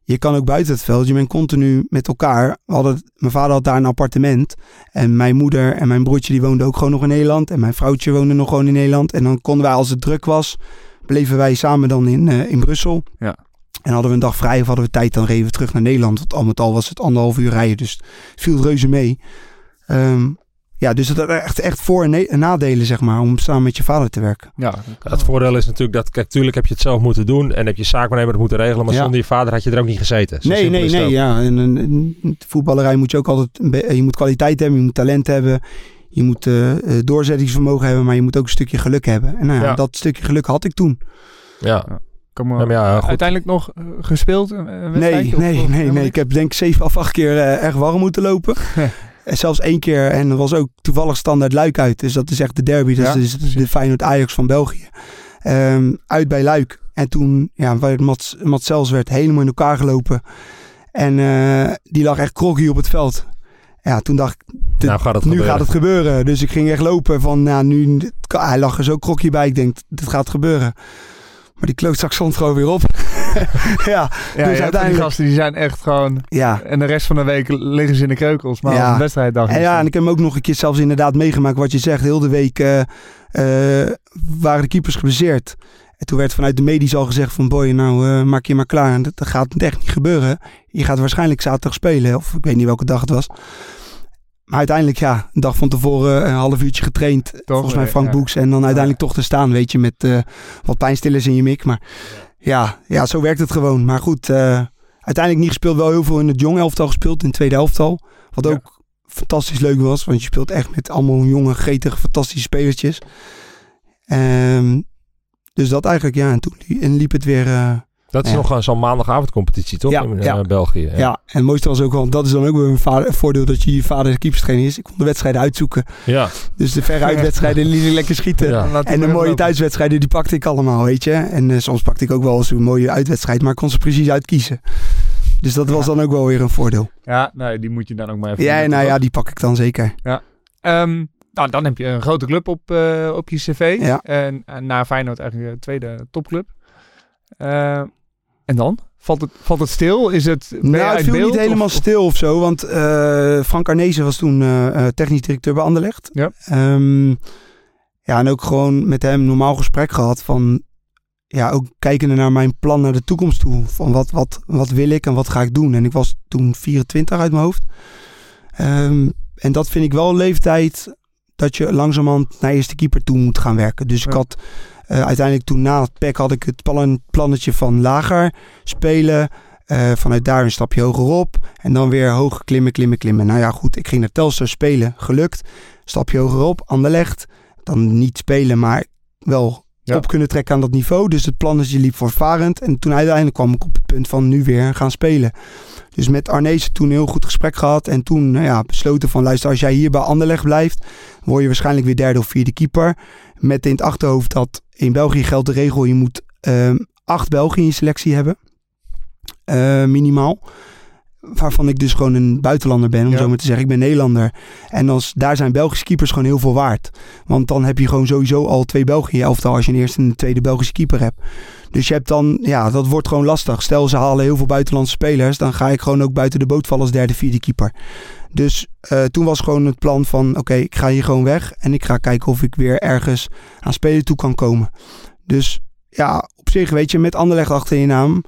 je kan ook buiten het veld. Je bent continu met elkaar. Mijn vader had daar een appartement. En mijn moeder en mijn broertje die woonden ook gewoon nog in Nederland. En mijn vrouwtje woonde nog gewoon in Nederland. En dan konden wij, als het druk was, bleven wij samen dan in Brussel. Ja. En hadden we een dag vrij of hadden we tijd, dan reden we terug naar Nederland. Want al met al was het 1,5 uur rijden. Dus het viel reuze mee. Dus dat echt voor- en nadelen, zeg maar, om samen met je vader te werken. Ja, het voordeel is natuurlijk dat, kijk, tuurlijk heb je het zelf moeten doen en heb je zaakwaarnemer het moeten regelen, maar zonder je vader had je er ook niet gezeten. Nee. Ja. En in de voetballerij moet je ook altijd, je moet kwaliteit hebben, je moet talent hebben, je moet doorzettingsvermogen hebben, maar je moet ook een stukje geluk hebben. En dat stukje geluk had ik toen. Ja. Uiteindelijk nog gespeeld? Nee. Ik heb denk ik 7 of 8 keer erg warm moeten lopen. En zelfs 1 keer, en dat was ook toevallig Standaard Luik uit. Dus dat is echt de derby. Dat is de Feyenoord-Ajax van België. Uit bij Luik. En toen, Mats Sels werd helemaal in elkaar gelopen. En die lag echt krokkie op het veld. Ja, toen dacht ik, nu gaat het gebeuren. Dus ik ging echt lopen van, hij lag er zo krokkie bij. Ik denk, dit gaat gebeuren. Maar die klootzak stond gewoon weer op. Dus uiteindelijk... Die gasten die zijn echt gewoon... Ja. En de rest van de week liggen ze in de kreukels. Maar als een wedstrijddag... En ik heb hem ook nog een keer zelfs inderdaad meegemaakt wat je zegt. Heel de week waren de keepers geblesseerd. En toen werd vanuit de medisch al gezegd van... Boy, maak je maar klaar. En dat gaat echt niet gebeuren. Je gaat waarschijnlijk zaterdag spelen. Of ik weet niet welke dag het was. Maar uiteindelijk, een dag van tevoren een half uurtje getraind. Volgens mij Frank Boeks. En dan uiteindelijk toch te staan, weet je, met wat pijnstillers in je mik. Maar ja, zo werkt het gewoon. Maar goed, uiteindelijk niet gespeeld. Wel heel veel in het jong elftal gespeeld, in het tweede elftal. Wat ook fantastisch leuk was. Want je speelt echt met allemaal jonge, gretige, fantastische spelertjes. Dus dat eigenlijk, en toen liep het weer... Dat is nog zo'n maandagavondcompetitie, toch? In België. Ja, en het mooiste was ook wel, dat is dan ook weer een voordeel dat je vader de keeperstrainer is. Ik kon de wedstrijden uitzoeken. Ja. Dus de verre uitwedstrijden liet ik lekker schieten. Ja. En de mooie thuiswedstrijden, die pakte ik allemaal, weet je. En soms pakte ik ook wel eens een mooie uitwedstrijd, maar ik kon ze precies uitkiezen. Dus dat was dan ook wel weer een voordeel. Ja, die moet je dan ook maar even... Ja, die pak ik dan zeker. Ja. Dan heb je een grote club op je cv. Ja. En na Feyenoord eigenlijk de tweede topclub. En dan? Valt het stil? Is het het viel niet helemaal stil of zo. Want Frank Arnezen was toen technisch directeur bij Anderlecht. Ja. En ook gewoon met hem normaal gesprek gehad van... Ja, ook kijkende naar mijn plan naar de toekomst toe. Van wat wil ik en wat ga ik doen? En ik was toen 24 uit mijn hoofd. En dat vind ik wel een leeftijd dat je langzamerhand naar eerste keeper toe moet gaan werken. Dus ik had... uiteindelijk toen na het PEC had ik het plannetje van lager spelen. Vanuit daar een stapje hogerop. En dan weer hoger klimmen. Nou ja, goed. Ik ging naar Telstar spelen. Gelukt. Stapje hogerop. Anderlecht. Dan niet spelen, maar wel op kunnen trekken aan dat niveau. Dus het plannetje liep voortvarend. En toen uiteindelijk kwam ik op het punt van nu weer gaan spelen. Dus met Arnezen toen een heel goed gesprek gehad. En toen besloten van luister, als jij hier bij Anderlecht blijft, word je waarschijnlijk weer derde of vierde keeper. Met in het achterhoofd dat in België geldt de regel, je moet 8 Belgen in je selectie hebben. Minimaal. Waarvan ik dus gewoon een buitenlander ben, om zo maar te zeggen. Ik ben Nederlander. En daar zijn Belgische keepers gewoon heel veel waard. Want dan heb je gewoon sowieso al 2 Belgen in je elftal als je een eerste en een tweede Belgische keeper hebt. Dus je hebt dan, dat wordt gewoon lastig. Stel ze halen heel veel buitenlandse spelers, dan ga ik gewoon ook buiten de boot vallen als derde, vierde keeper. Dus toen was gewoon het plan van, oké, ik ga hier gewoon weg en ik ga kijken of ik weer ergens aan spelen toe kan komen. Dus op zich, weet je, met Anderlecht achter je naam,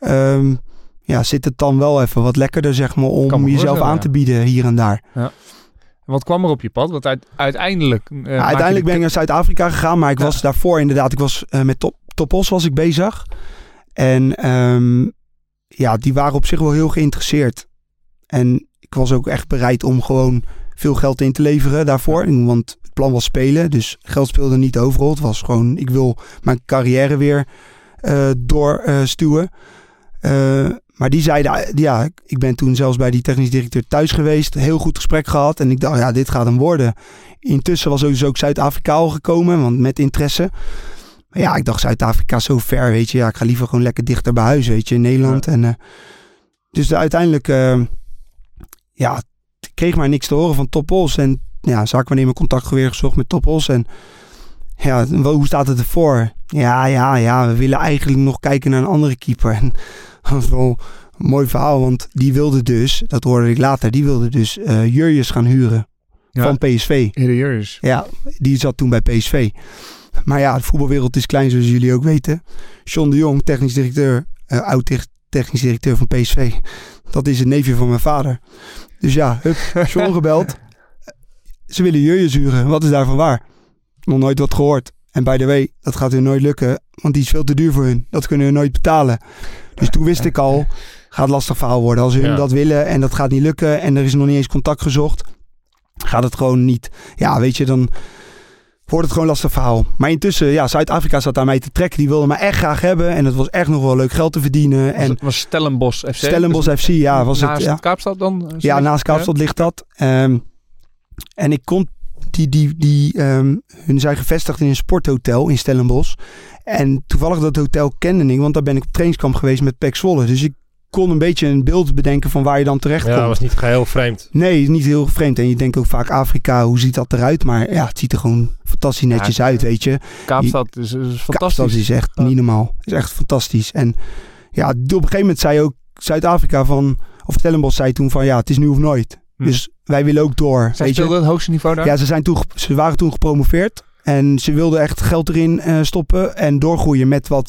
zit het dan wel even wat lekkerder, zeg maar, om jezelf aan te bieden hier en daar. Ja. Wat kwam er op je pad? Want uiteindelijk... uiteindelijk ben ik naar Zuid-Afrika gegaan, maar ik was daarvoor inderdaad... Ik was met Topos was ik bezig. En die waren op zich wel heel geïnteresseerd. En ik was ook echt bereid om gewoon veel geld in te leveren daarvoor. Want het plan was spelen, dus geld speelde niet overal. Het was gewoon, ik wil mijn carrière weer doorstuwen. Maar die zeiden, ik ben toen zelfs bij die technisch directeur thuis geweest. Heel goed gesprek gehad. En ik dacht, dit gaat hem worden. Intussen was dus ook Zuid-Afrika al gekomen, want met interesse. Maar ik dacht, Zuid-Afrika zo ver, weet je. Ik ga liever gewoon lekker dichter bij huis, weet je, in Nederland. Ja. En, dus uiteindelijk, ik kreeg maar niks te horen van Topos. En zaakwaarnemer contact weer gezocht met Topos. En hoe staat het ervoor? Ja, we willen eigenlijk nog kijken naar een andere keeper. En dat was wel Mooi verhaal, want die wilde dus, dat hoorde ik later, Jurjes gaan huren van PSV. Jurjes. Ja, die zat toen bij PSV. Maar ja, de voetbalwereld is klein, zoals jullie ook weten. John de Jong, technisch directeur, oud-technisch directeur van PSV. Dat is een neefje van mijn vader. Dus ja, John gebeld. Ze willen Jurjes huren. Wat is daarvan waar? Nog nooit wat gehoord. En by the way, dat gaat hun nooit lukken, want die is veel te duur voor hun. Dat kunnen hun nooit betalen. Dus toen wist ik al, gaat lastig verhaal worden. Als hun dat willen en dat gaat niet lukken en er is nog niet eens contact gezocht, gaat het gewoon niet. Ja, weet je, dan wordt het gewoon lastig verhaal. Maar intussen, ja, Zuid-Afrika zat aan mij te trekken. Die wilde me echt graag hebben en het was echt nog wel leuk geld te verdienen. Het was Stellenbosch FC? Stellenbosch FC, ja. Was naast het, Kaapstad dan? Ja, naast Kaapstad ligt dat. En ik kon... hun zijn gevestigd in een sporthotel in Stellenbosch. En toevallig dat hotel kende ik, want daar ben ik op trainingskamp geweest met PEC Zwolle. Dus ik kon een beetje een beeld bedenken van waar je dan terecht komt. Ja, dat was niet geheel vreemd. Nee, niet heel vreemd. En je denkt ook vaak Afrika, hoe ziet dat eruit? Maar ja, het ziet er gewoon fantastisch netjes uit, weet je. Kaapstad is fantastisch. Kaapstad is echt niet normaal. Is echt fantastisch. En ja, op een gegeven moment zei ook Zuid-Afrika of Stellenbosch zei toen van ja, het is nu of nooit. Dus wij willen ook door. Zij speelden het hoogste niveau daar? Ja, ze waren toen gepromoveerd. En ze wilden echt geld erin stoppen. En doorgroeien met wat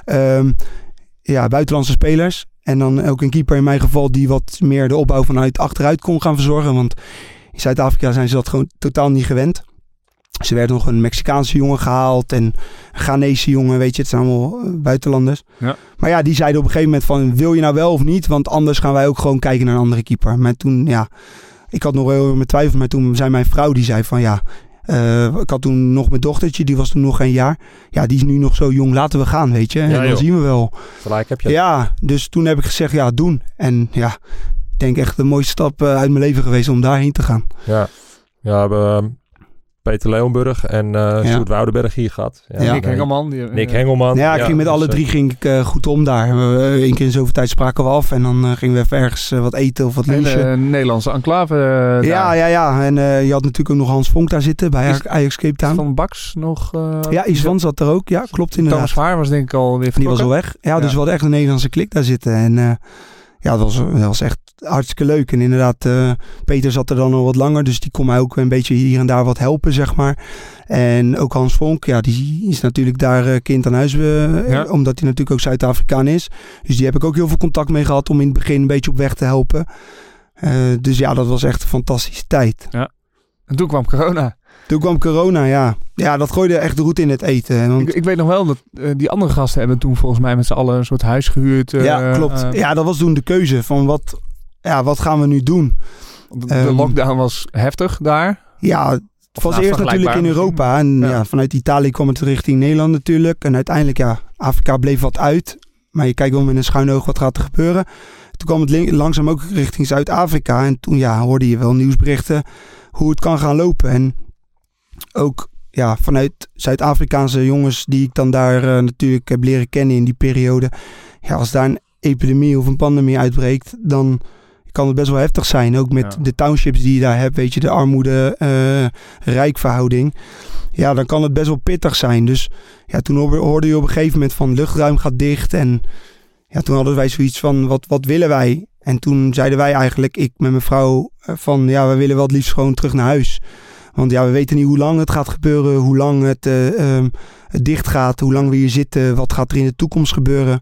buitenlandse spelers. En dan ook een keeper in mijn geval die wat meer de opbouw vanuit achteruit kon gaan verzorgen. Want in Zuid-Afrika zijn ze dat gewoon totaal niet gewend. Ze werden nog een Mexicaanse jongen gehaald. En een Ghanese jongen, weet je. Het zijn allemaal buitenlanders. Ja. Maar ja, die zeiden op een gegeven moment van wil je nou wel of niet? Want anders gaan wij ook gewoon kijken naar een andere keeper. Maar toen, ja... Ik had nog wel mijn twijfel, maar toen zei mijn vrouw, die zei van ja, ik had toen nog mijn dochtertje, die was toen nog geen jaar. Ja, die is nu nog zo jong, laten we gaan, weet je. En dan zien we wel. Gelijk heb je. Ja, dus toen heb ik gezegd, ja, doen. En ja, ik denk echt de mooiste stap uit mijn leven geweest om daarheen te gaan. Ja, we hebben Peter Leeuwenburg en Sjoerd Woudenberg hier gehad. Ja, Nick Hengelman. Nick Hengelman. Ja, ik ging met alle drie ging ik goed om daar. Eén keer in zoveel tijd spraken we af en dan gingen we even ergens wat eten of wat lunchen. Een Nederlandse enclave Ja. En je had natuurlijk ook nog Hans Vonk daar zitten bij Ajax Cape Town. Van Baks nog? Ja, Isvan zat er ook. Ja, klopt inderdaad. Thomas Vaar was denk ik al weer vertrokken. Die was al weg. Ja, dus we hadden echt een Nederlandse klik daar zitten. En ja, dat was echt hartstikke leuk. En inderdaad, Peter zat er dan al wat langer. Dus die kon mij ook een beetje hier en daar wat helpen, zeg maar. En ook Hans Vonk, ja, die is natuurlijk daar kind aan huis. Omdat hij natuurlijk ook Zuid-Afrikaan is. Dus die heb ik ook heel veel contact mee gehad om in het begin een beetje op weg te helpen. Dus ja, dat was echt een fantastische tijd. Ja. En toen kwam corona. Ja. Ja, dat gooide echt de route in het eten. Want... Ik weet nog wel dat die andere gasten hebben toen volgens mij met z'n allen een soort huis gehuurd. Ja, klopt. Ja, dat was toen de keuze van wat gaan we nu doen? De lockdown was heftig daar. Ja, het was eerst natuurlijk in Europa. En ja, vanuit Italië kwam het richting Nederland natuurlijk. En uiteindelijk, ja, Afrika bleef wat uit. Maar je kijkt wel met een schuin oog wat gaat er gebeuren. Toen kwam het langzaam ook richting Zuid-Afrika. En toen hoorde je wel nieuwsberichten hoe het kan gaan lopen. En ook vanuit Zuid-Afrikaanse jongens die ik dan daar natuurlijk heb leren kennen in die periode. Ja, als daar een epidemie of een pandemie uitbreekt, dan kan het best wel heftig zijn. Ook met de townships die je daar hebt, weet je, de armoede-rijkverhouding. Ja, dan kan het best wel pittig zijn. Dus ja, toen hoorde je op een gegeven moment van luchtruim gaat dicht. En ja, toen hadden wij zoiets van, wat willen wij? En toen zeiden wij eigenlijk, ik met mijn vrouw, van ja, we willen wel het liefst gewoon terug naar huis. Want ja, we weten niet hoe lang het gaat gebeuren, hoe lang het dicht gaat, hoe lang we hier zitten, wat gaat er in de toekomst gebeuren.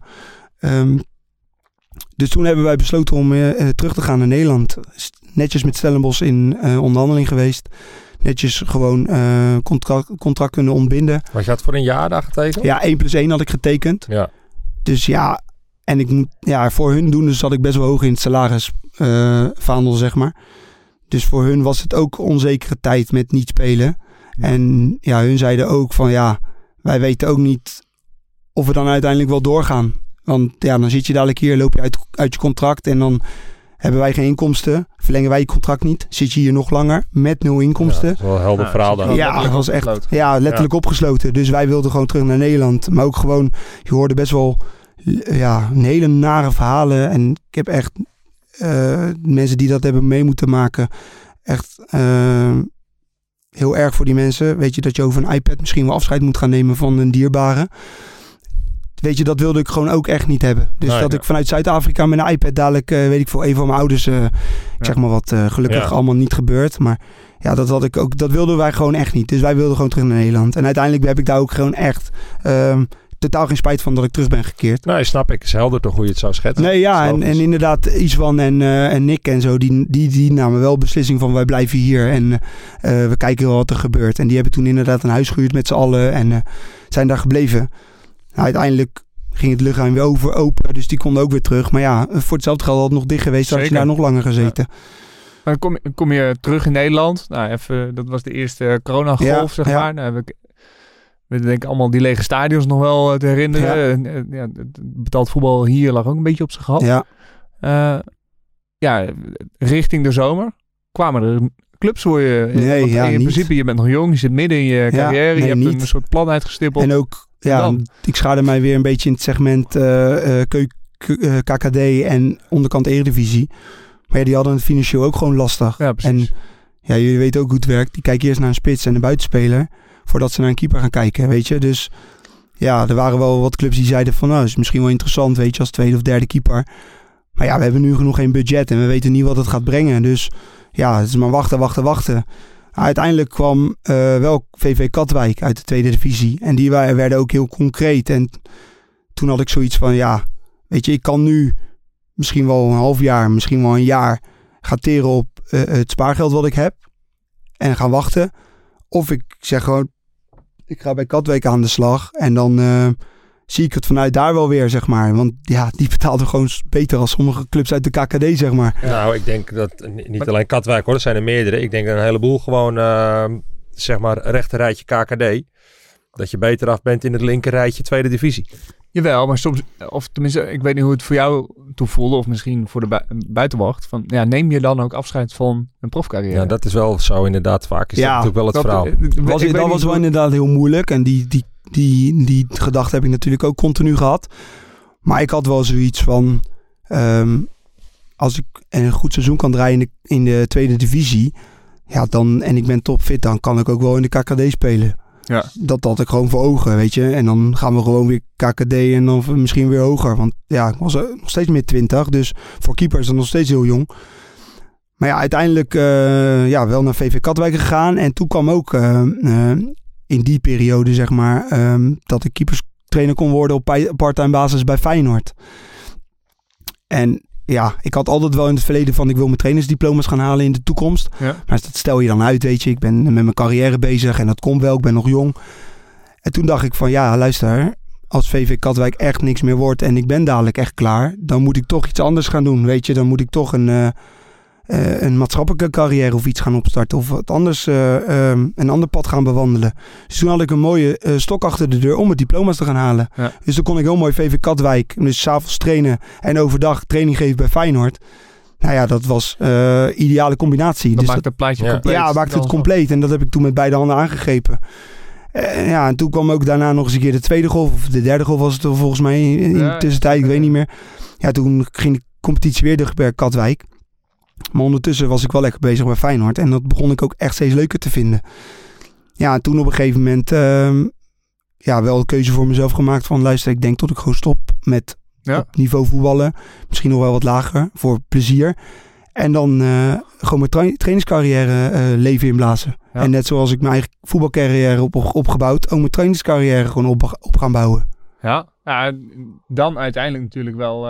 Dus toen hebben wij besloten om terug te gaan naar Nederland. Netjes met Stellenbosch in onderhandeling geweest. Netjes gewoon contract kunnen ontbinden. Was je had voor een jaar daar getekend? Ja, 1+1 had ik getekend. Ja. Dus ja, en ik moet voor hun doen, dus zat ik best wel hoog in het salarisvaandel, zeg maar. Dus voor hun was het ook onzekere tijd met niet spelen. Ja. En ja, hun zeiden ook van ja, wij weten ook niet of we dan uiteindelijk wel doorgaan. Want ja, dan zit je dadelijk hier, loop je uit je contract en dan hebben wij geen inkomsten. Verlengen wij je contract niet, zit je hier nog langer met 0 inkomsten. Ja, dat is wel een helder verhaal dan. Ja, dat was echt letterlijk opgesloten. Dus wij wilden gewoon terug naar Nederland. Maar ook gewoon, je hoorde best wel een hele nare verhalen. En ik heb echt mensen die dat hebben mee moeten maken. Echt heel erg voor die mensen. Weet je dat je over een iPad misschien wel afscheid moet gaan nemen van een dierbare. weet je, dat wilde ik gewoon ook echt niet hebben. Dus ik vanuit Zuid-Afrika met een iPad dadelijk, weet ik voor een van mijn ouders, ik zeg maar wat, gelukkig allemaal niet gebeurd. Maar ja, dat wilden wij gewoon echt niet. Dus wij wilden gewoon terug naar Nederland. En uiteindelijk heb ik daar ook gewoon echt totaal geen spijt van dat ik terug ben gekeerd. Nou, snap ik. Het is helder toch hoe je het zou schetsen. Nee, ja, en inderdaad, Iswan en Nick en zo, die namen wel beslissing van wij blijven hier en we kijken wel wat er gebeurt. En die hebben toen inderdaad een huis gehuurd met z'n allen en zijn daar gebleven. Nou, uiteindelijk ging het luchtruim weer open, dus die konden ook weer terug. Maar ja, voor hetzelfde geld had het nog dicht geweest, had je daar nog langer gezeten. Ja. Maar dan kom je terug in Nederland. Nou, even, dat was de eerste coronagolf, zeg maar. Nou, we denken allemaal die lege stadions nog wel te herinneren. Ja. Het betaald voetbal hier lag ook een beetje op zijn gat. Ja. Richting de zomer kwamen er clubs voor je. In principe, je bent nog jong, je zit midden in je carrière. Je hebt een soort plan uitgestippeld. En ook, ik schaarde mij weer een beetje in het segment KKD en onderkant Eredivisie. Maar die hadden het financieel ook gewoon lastig. Ja, precies. En jullie weten ook hoe het werkt. Die kijken eerst naar een spits en een buitenspeler voordat ze naar een keeper gaan kijken, weet je. Dus ja, er waren wel wat clubs die zeiden van, nou, is misschien wel interessant, weet je, als tweede of derde keeper. Maar ja, we hebben nu genoeg geen budget en we weten niet wat het gaat brengen. Dus ja, het is maar wachten. Uiteindelijk kwam wel VV Katwijk uit de tweede divisie. En die werden ook heel concreet. En toen had ik zoiets van, ja, weet je, ik kan nu misschien wel een half jaar, misschien wel een jaar gaan teren op het spaargeld wat ik heb. En gaan wachten. Of ik zeg gewoon, ik ga bij Katwijk aan de slag. En dan zie ik het vanuit daar wel weer, zeg maar. Want ja, die betaalden gewoon beter als sommige clubs uit de KKD, zeg maar. Ja. Nou, ik denk dat niet alleen Katwijk, hoor. Er zijn er meerdere. Ik denk dat een heleboel gewoon, zeg maar, rechterrijtje KKD. Dat je beter af bent in het linkerrijtje tweede divisie. Jawel, maar soms, of tenminste, ik weet niet hoe het voor jou toevoelde, of misschien voor de buitenwacht. Van, ja, neem je dan ook afscheid van een profcarrière? Ja, dat is wel zo inderdaad vaak. Is dat natuurlijk wel het verhaal. Dat was wel inderdaad heel moeilijk. En die gedachte heb ik natuurlijk ook continu gehad. Maar ik had wel zoiets van, als ik een goed seizoen kan draaien in de tweede divisie, ja, dan, en ik ben topfit, dan kan ik ook wel in de KKD spelen. Ja. Dat had ik gewoon voor ogen, weet je. En dan gaan we gewoon weer KKD en dan misschien weer hoger. Want ja, ik was nog steeds meer 20. Dus voor keeper is dat nog steeds heel jong. Maar ja, uiteindelijk wel naar VV Katwijk gegaan. En toen kwam ook in die periode, zeg maar, dat ik keeperstrainer kon worden op part-time basis bij Feyenoord. En ja, ik had altijd wel in het verleden van, ik wil mijn trainersdiploma's gaan halen in de toekomst. Ja. Maar dat stel je dan uit, weet je. Ik ben met mijn carrière bezig en dat komt wel. Ik ben nog jong. En toen dacht ik van, ja, luister. Als VV Katwijk echt niks meer wordt en ik ben dadelijk echt klaar, dan moet ik toch iets anders gaan doen, weet je. Dan moet ik toch een maatschappelijke carrière of iets gaan opstarten. Of wat anders, een ander pad gaan bewandelen. Dus toen had ik een mooie stok achter de deur om het diploma's te gaan halen. Ja. Dus dan kon ik heel mooi VV Katwijk. Dus 's avonds trainen en overdag training geven bij Feyenoord. Nou ja, dat was ideale combinatie. Dat dus maakt het plaatje compleet. Ja, maakte het compleet. En dat heb ik toen met beide handen aangegrepen. En toen kwam ook daarna nog eens een keer de tweede golf. Of de derde golf was het volgens mij in de tussentijd. Ik weet niet meer. Ja, toen ging de competitie weer bij Katwijk. Maar ondertussen was ik wel lekker bezig bij Feyenoord. En dat begon ik ook echt steeds leuker te vinden. Ja, en toen op een gegeven moment wel een keuze voor mezelf gemaakt van, luister, ik denk dat ik gewoon stop met op niveau voetballen. Misschien nog wel wat lager, voor plezier. En dan gewoon mijn trainingscarrière leven inblazen. Ja. En net zoals ik mijn eigen voetbalcarrière opgebouwd, ook mijn trainingscarrière gewoon op gaan bouwen. Ja, dan uiteindelijk natuurlijk wel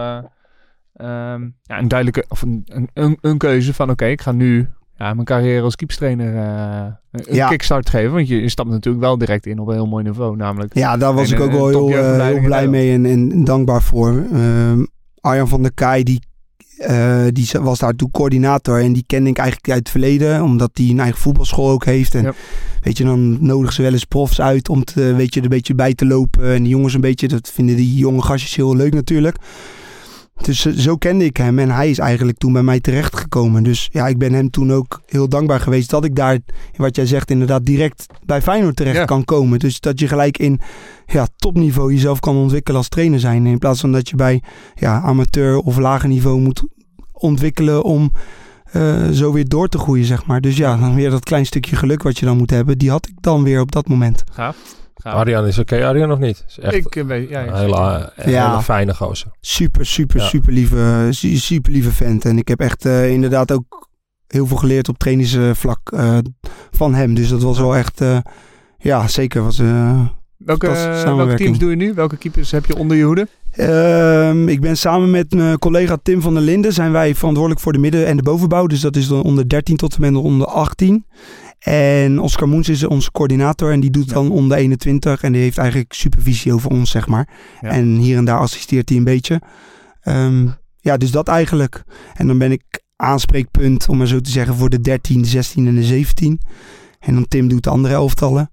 een duidelijke, of een keuze van oké, ik ga nu mijn carrière als keeperstrainer een kickstart geven. Want je stapt natuurlijk wel direct in op een heel mooi niveau namelijk. Ja, daar was ik ook wel heel blij mee en dankbaar voor. Arjan van der Kaai, die was daar toen coördinator en die kende ik eigenlijk uit het verleden, omdat hij een eigen voetbalschool ook heeft. En weet je, dan nodigen ze wel eens profs uit om er een beetje bij te lopen. En die jongens een beetje, dat vinden die jonge gastjes heel leuk natuurlijk. Dus zo kende ik hem en hij is eigenlijk toen bij mij terechtgekomen. Dus ja, ik ben hem toen ook heel dankbaar geweest dat ik daar, wat jij zegt, inderdaad direct bij Feyenoord terecht kan komen. Dus dat je gelijk in topniveau jezelf kan ontwikkelen als trainer zijn. In plaats van dat je bij amateur of lager niveau moet ontwikkelen om zo weer door te groeien, zeg maar. Dus ja, dan weer dat klein stukje geluk wat je dan moet hebben, die had ik dan weer op dat moment. Gaaf. Arjan is oké, Arjan nog niet? Is echt een hele fijne gozer. Super lieve vent. En ik heb echt inderdaad ook heel veel geleerd op trainingsvlak van hem. Dus dat was wel echt, zeker. Welke teams doe je nu? Welke keepers heb je onder je hoede? Ik ben samen met mijn collega Tim van der Linden zijn wij verantwoordelijk voor de midden- en de bovenbouw. Dus dat is dan onder 13 tot en met onder 18. En Oscar Moens is onze coördinator en die doet dan onder 21. En die heeft eigenlijk supervisie over ons, zeg maar. Ja. En hier en daar assisteert hij een beetje. Dus dat eigenlijk. En dan ben ik aanspreekpunt, om maar zo te zeggen, voor de 13, de 16 en de 17. En dan Tim doet de andere elftallen.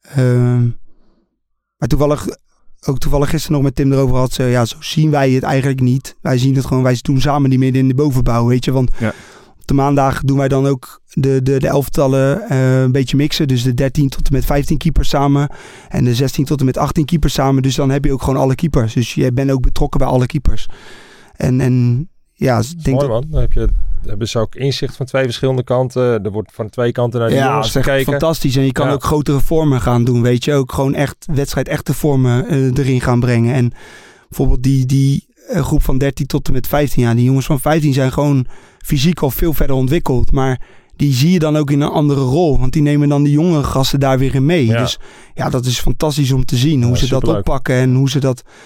Maar toevallig gisteren nog met Tim erover had. Zo zien wij het eigenlijk niet. Wij zien het gewoon, wij doen samen die midden in de bovenbouw, weet je. Want op de maandag doen wij dan ook de elftallen een beetje mixen. Dus de 13 tot en met 15 keepers samen. En de 16 tot en met 18 keepers samen. Dus dan heb je ook gewoon alle keepers. Dus je bent ook betrokken bij alle keepers. En mooi man. Dan hebben ze ook inzicht van 2 verschillende kanten. Er wordt van 2 kanten naar de jongens gekeken. Ja, fantastisch. En je kan ook grotere vormen gaan doen, weet je. Ook gewoon echt echte vormen erin gaan brengen. En bijvoorbeeld die groep van 13 tot en met 15. Ja, die jongens van 15 zijn gewoon fysiek al veel verder ontwikkeld. Maar die zie je dan ook in een andere rol. Want die nemen dan die jonge gasten daar weer in mee. Ja. Dus dat is fantastisch om te zien. Hoe ze dat oppakken en hoe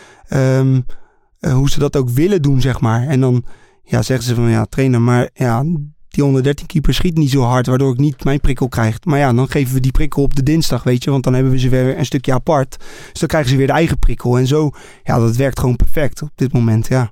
ze dat ook willen doen, zeg maar. En dan zeggen ze van trainer, maar die onder 13 keeper schiet niet zo hard, waardoor ik niet mijn prikkel krijg. Maar dan geven we die prikkel op de dinsdag, weet je, want dan hebben we ze weer een stukje apart. Dus dan krijgen ze weer de eigen prikkel. En zo, dat werkt gewoon perfect op dit moment, ja.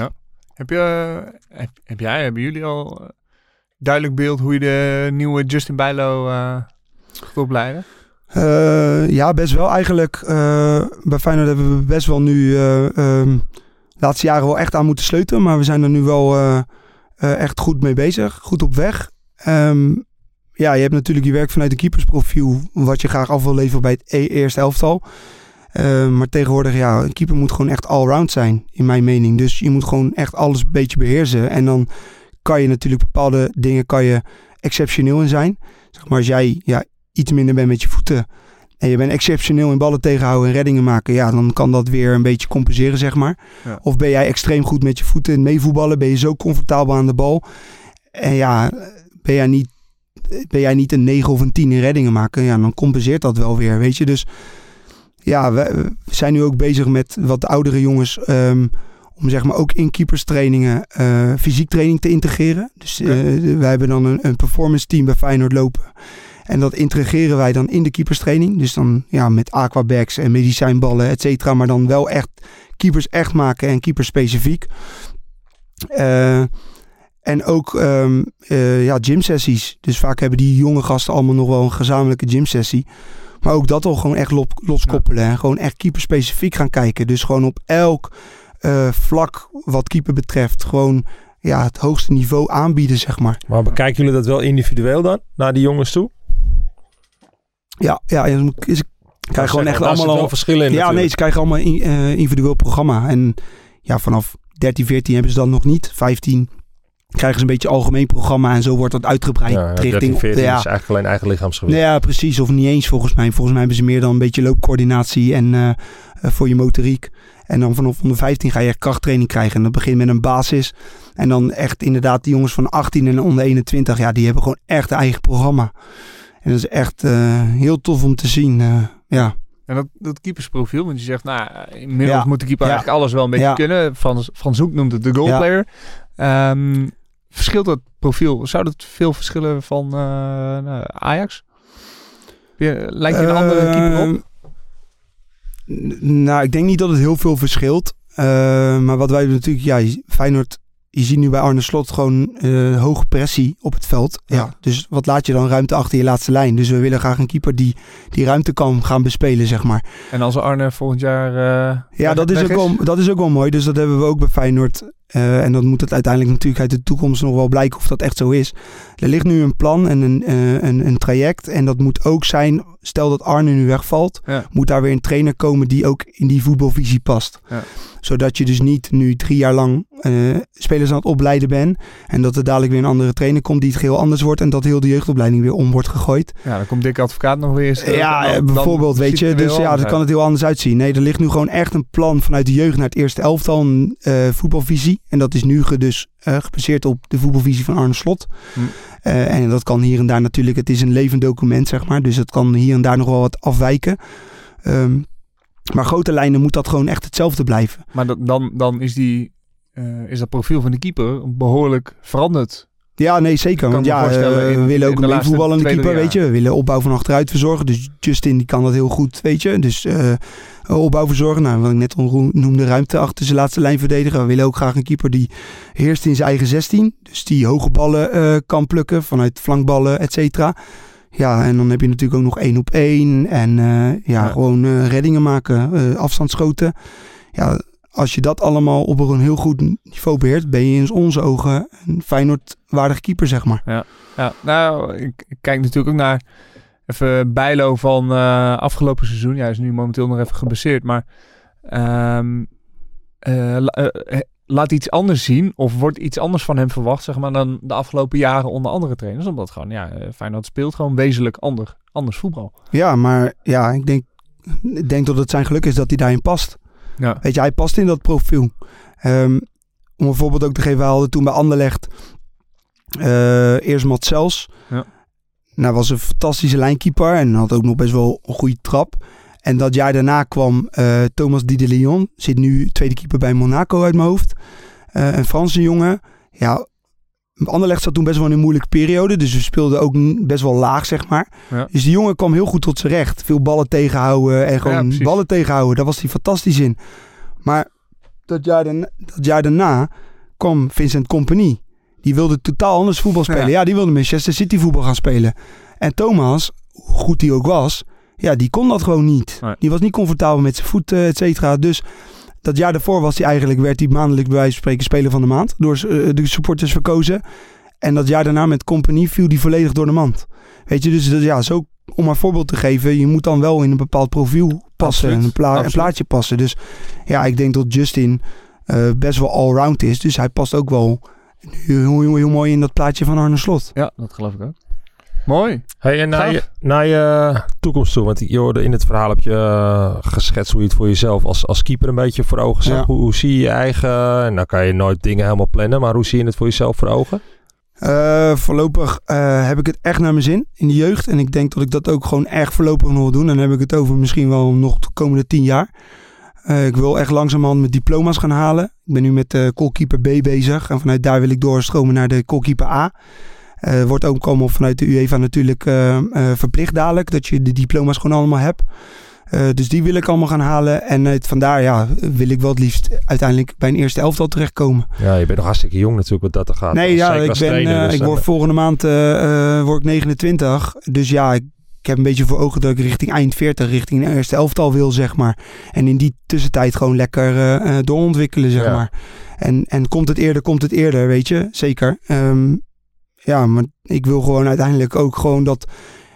Hebben jullie al duidelijk beeld hoe je de nieuwe Justin Bijlo gaat opleiden? Best wel eigenlijk. Bij Feyenoord hebben we best wel nu de laatste jaren wel echt aan moeten sleutelen. Maar we zijn er nu wel echt goed mee bezig. Goed op weg. Je hebt natuurlijk je werk vanuit een keepersprofiel. Wat je graag af wil leveren bij het eerste elftal. Maar tegenwoordig, een keeper moet gewoon echt allround zijn. In mijn mening. Dus je moet gewoon echt alles een beetje beheersen. En dan kan je natuurlijk bepaalde dingen exceptioneel in zijn. Zeg maar als jij iets minder bent met je voeten. En je bent exceptioneel in ballen tegenhouden en reddingen maken. Dan kan dat weer een beetje compenseren, zeg maar. Ja. Of ben jij extreem goed met je voeten in meevoetballen. Ben je zo comfortabel aan de bal. En ben jij niet een 9 of een 10 in reddingen maken. Dan compenseert dat wel weer, weet je. Dus we zijn nu ook bezig met wat oudere jongens. Om zeg maar ook in keeperstrainingen fysiek training te integreren. Dus wij hebben dan een performance team bij Feyenoord lopen. En dat integreren wij dan in de keeperstraining. Dus dan met aquabags en medicijnballen, et cetera. Maar dan wel echt keepers echt maken en keepers specifiek. En ook gymsessies. Dus vaak hebben die jonge gasten allemaal nog wel een gezamenlijke gymsessie. Maar ook dat al gewoon echt loskoppelen. En gewoon echt keeper specifiek gaan kijken. Dus gewoon op elk vlak wat keeper betreft. Gewoon het hoogste niveau aanbieden, zeg maar. Maar bekijken jullie dat wel individueel dan? Naar die jongens toe? Ja, ze krijgen gewoon echt allemaal al verschillen in. Ja, nee, ze krijgen allemaal individueel programma. En vanaf 13, 14 hebben ze dan nog niet. 15 krijgen ze een beetje algemeen programma en zo wordt dat uitgebreid. Ja, 13, 14 is eigenlijk alleen eigen lichaamsgewicht. Ja, precies. Of niet eens volgens mij. Volgens mij hebben ze meer dan een beetje loopcoördinatie en voor je motoriek. En dan vanaf onder 15 ga je echt krachttraining krijgen. En dat begint met een basis. En dan echt inderdaad die jongens van 18 en onder 21, die hebben gewoon echt een eigen programma. En dat is echt heel tof om te zien. En dat keepersprofiel, want je zegt, inmiddels moet de keeper eigenlijk alles wel een beetje kunnen. Van Zoek noemt het de goalplayer. Verschilt dat profiel? Zou dat veel verschillen van Ajax? Lijkt je een andere keeper op? Ik denk niet dat het heel veel verschilt. Maar wat wij natuurlijk, Feyenoord, je ziet nu bij Arne Slot gewoon hoge pressie op het veld. Ja. Dus wat laat je dan ruimte achter je laatste lijn? Dus we willen graag een keeper die ruimte kan gaan bespelen, zeg maar. En als Arne volgend jaar dat is ook wel mooi. Dus dat hebben we ook bij Feyenoord en dan moet het uiteindelijk natuurlijk uit de toekomst nog wel blijken of dat echt zo is. Er ligt nu een plan en een traject. En dat moet ook zijn, stel dat Arne nu wegvalt, moet daar weer een trainer komen die ook in die voetbalvisie past. Ja. Zodat je dus niet nu 3 jaar lang spelers aan het opleiden bent. En dat er dadelijk weer een andere trainer komt die het geheel anders wordt. En dat heel de jeugdopleiding weer om wordt gegooid. Ja, dan komt Dick Advocaat nog weer eens. Bijvoorbeeld, weet je. Dus ja, dan kan het heel anders uitzien. Nee, er ligt nu gewoon echt een plan vanuit de jeugd naar het eerste elftal. Een voetbalvisie. En dat is nu gebaseerd op de voetbalvisie van Arne Slot. En dat kan hier en daar natuurlijk. Het is een levend document, zeg maar. Dus het kan hier en daar nog wel wat afwijken. Maar grote lijnen moet dat gewoon echt hetzelfde blijven. Maar dan is dat profiel van de keeper behoorlijk veranderd. Ja, nee, zeker. Want we willen ook een voetballende keeper, weet je. We willen opbouw van achteruit verzorgen. Dus Justin die kan dat heel goed, weet je. Dus opbouw verzorgen. Nou, wat ik net al noemde, ruimte achter zijn laatste lijn verdedigen. We willen ook graag een keeper die heerst in zijn eigen 16. Dus die hoge ballen kan plukken vanuit flankballen, et cetera. Ja, en dan heb je natuurlijk ook nog 1-op-1 en gewoon reddingen maken, afstandsschoten. Ja, als je dat allemaal op een heel goed niveau beheert, ben je in onze ogen een Feyenoord-waardige keeper, zeg maar. Ja. Nou, ik kijk natuurlijk ook naar even Bijlo van afgelopen seizoen. Ja, hij is nu momenteel nog even geblesseerd, maar laat iets anders zien of wordt iets anders van hem verwacht, zeg maar, dan de afgelopen jaren onder andere trainers. Omdat gewoon, Feyenoord speelt gewoon wezenlijk anders voetbal. Ja, maar ja, ik denk dat het zijn geluk is dat hij daarin past. Ja. Weet je, hij past in dat profiel. Om een voorbeeld ook te geven, we hadden toen bij Anderlecht eerst Mats Sels. Ja. Nou, was een fantastische lijnkeeper en had ook nog best wel een goede trap. En dat jaar daarna kwam Thomas Di de Leon. Zit nu tweede keeper bij Monaco uit mijn hoofd. Een Franse jongen. Ja, Anderlecht zat toen best wel in een moeilijke periode. Dus we speelden ook best wel laag, zeg maar. Ja. Dus die jongen kwam heel goed tot zijn recht. Veel ballen tegenhouden en gewoon ballen tegenhouden. Daar was hij fantastisch in. Maar dat jaar daarna kwam Vincent Kompany. Die wilde totaal anders voetbal spelen. Ja, die wilde Manchester City voetbal gaan spelen. En Thomas, hoe goed hij ook was, ja, die kon dat gewoon niet. Nee. Die was niet comfortabel met zijn voeten, et cetera. Dus dat jaar daarvoor werd hij maandelijk bij wijze van spreken speler van de maand. Door de supporters verkozen. En dat jaar daarna met Kompany viel hij volledig door de mand. Weet je, dus ja, zo om maar een voorbeeld te geven. Je moet dan wel in een bepaald profiel passen. En een plaatje passen. Dus ja, ik denk dat Justin best wel allround is. Dus hij past ook wel heel mooi in dat plaatje van Arne Slot. Ja, dat geloof ik ook. Mooi. Hey, en naar je toekomst toe. Want je hoorde in het verhaal heb je geschetst hoe je het voor jezelf als keeper een beetje voor ogen zag. Ja. Hoe zie je je eigen... En dan kan je nooit dingen helemaal plannen. Maar hoe zie je het voor jezelf voor ogen? Voorlopig heb ik het echt naar mijn zin in de jeugd. En ik denk dat ik dat ook gewoon echt voorlopig nog wil doen. Dan heb ik het over misschien wel nog de komende 10 jaar. Ik wil echt langzamerhand mijn diploma's gaan halen. Ik ben nu met goalkeeper B bezig. En vanuit daar wil ik doorstromen naar de goalkeeper A. Wordt ook allemaal vanuit de UEFA natuurlijk verplicht dadelijk. Dat je de diploma's gewoon allemaal hebt. Dus die wil ik allemaal gaan halen. En vandaar wil ik wel het liefst uiteindelijk bij een eerste elftal terechtkomen. Ja, je bent nog hartstikke jong natuurlijk wat dat er gaat. Nee, ja, ik word volgende maand word ik 29. Dus ja, ik heb een beetje voor ogen dat ik richting eind 40, richting een eerste elftal wil, zeg maar. En in die tussentijd gewoon lekker doorontwikkelen, zeg maar. En komt het eerder, weet je. Zeker. Ja, maar ik wil gewoon uiteindelijk ook gewoon dat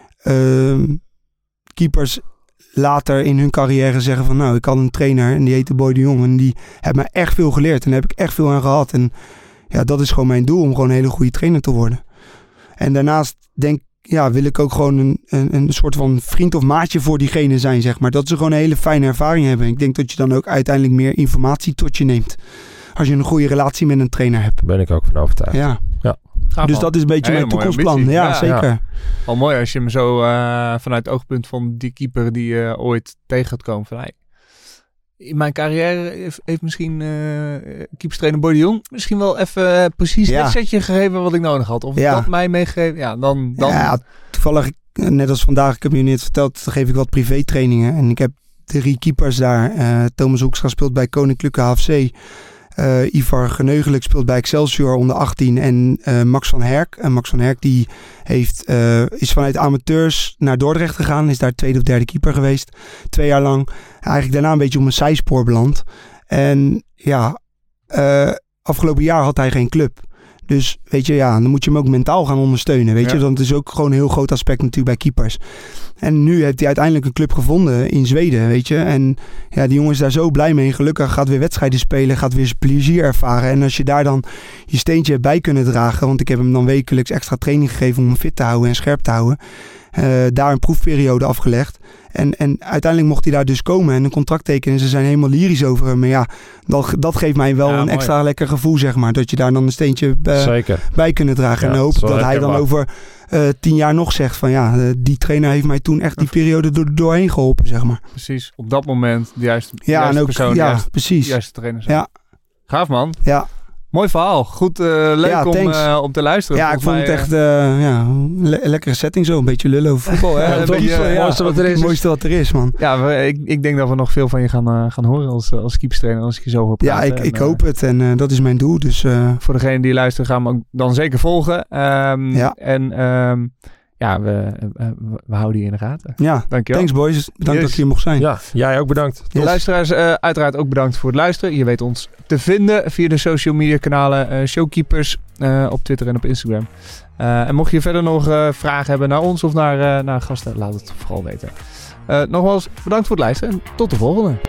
keepers later in hun carrière zeggen van nou, ik had een trainer en die heette Boy de Jong en die heeft mij echt veel geleerd en daar heb ik echt veel aan gehad. En ja, dat is gewoon mijn doel om gewoon een hele goede trainer te worden. En daarnaast wil ik ook gewoon een soort van vriend of maatje voor diegene zijn, zeg maar. Dat ze gewoon een hele fijne ervaring hebben. Ik denk dat je dan ook uiteindelijk meer informatie tot je neemt. Als je een goede relatie met een trainer hebt. Daar ben ik ook van overtuigd. Ja. Dus dat is een beetje mijn toekomstplan. Ja, zeker. Ja. Al mooi als je hem zo vanuit het oogpunt van die keeper die je ooit tegen gaat komen. Van, in mijn carrière heeft misschien keeperstrainer Boy de Jong misschien wel even precies het setje gegeven wat ik nodig had. Of dat mij meegegeven. Ja, dan... Ja, toevallig, net als vandaag, ik heb je net verteld, geef ik wat privé-trainingen. En ik heb 3 keepers daar. Thomas Hoekstra speelt bij Koninklijke HFC. Ivar Geneugelijk speelt bij Excelsior onder 18 en Max van Herk. En Max van Herk die is vanuit amateurs naar Dordrecht gegaan. Is daar tweede of derde keeper geweest. 2 jaar lang. Eigenlijk daarna een beetje op een zijspoor beland. En ja, afgelopen jaar had hij geen club. Dus weet je, dan moet je hem ook mentaal gaan ondersteunen. Weet je, dat is ook gewoon een heel groot aspect natuurlijk bij keepers. En nu heeft hij uiteindelijk een club gevonden in Zweden, weet je. En ja, die jongen is daar zo blij mee. Gelukkig gaat weer wedstrijden spelen, gaat weer zijn plezier ervaren. En als je daar dan je steentje bij kunnen dragen, want ik heb hem dan wekelijks extra training gegeven om hem fit te houden en scherp te houden. Daar een proefperiode afgelegd. En uiteindelijk mocht hij daar dus komen en een contract tekenen. En ze zijn helemaal lyrisch over hem. Maar ja, dat geeft mij wel een extra lekker gevoel, zeg maar. Dat je daar dan een steentje bij kunnen dragen. En hoop dat hij dan over 10 jaar nog zegt van die trainer heeft mij toen echt die periode doorheen geholpen, zeg maar. Precies, op dat moment de juiste persoon. Precies. De juiste trainer. Ja. Gaaf, man. Ja. Mooi verhaal. Goed, leuk om te luisteren. Ja, ik vond het echt lekkere setting zo. Een beetje lullen over voetbal. Hè? Het mooiste wat er is, man. Ja, ik denk dat we nog veel van je gaan horen als keeperstrainer. Als ik je zo hoor praten. Ja, ik hoop het. En dat is mijn doel. Dus, voor degene die luistert, gaan we ook dan zeker volgen. We houden je in de gaten. Ja, dankjewel. Thanks boys. Bedankt dat ik hier mocht zijn. Ja, jij ook bedankt. De luisteraars uiteraard ook bedankt voor het luisteren. Je weet ons te vinden via de social media kanalen Showkeepers op Twitter en op Instagram. En mocht je verder nog vragen hebben naar ons of naar gasten, laat het vooral weten. Nogmaals, bedankt voor het luisteren en tot de volgende.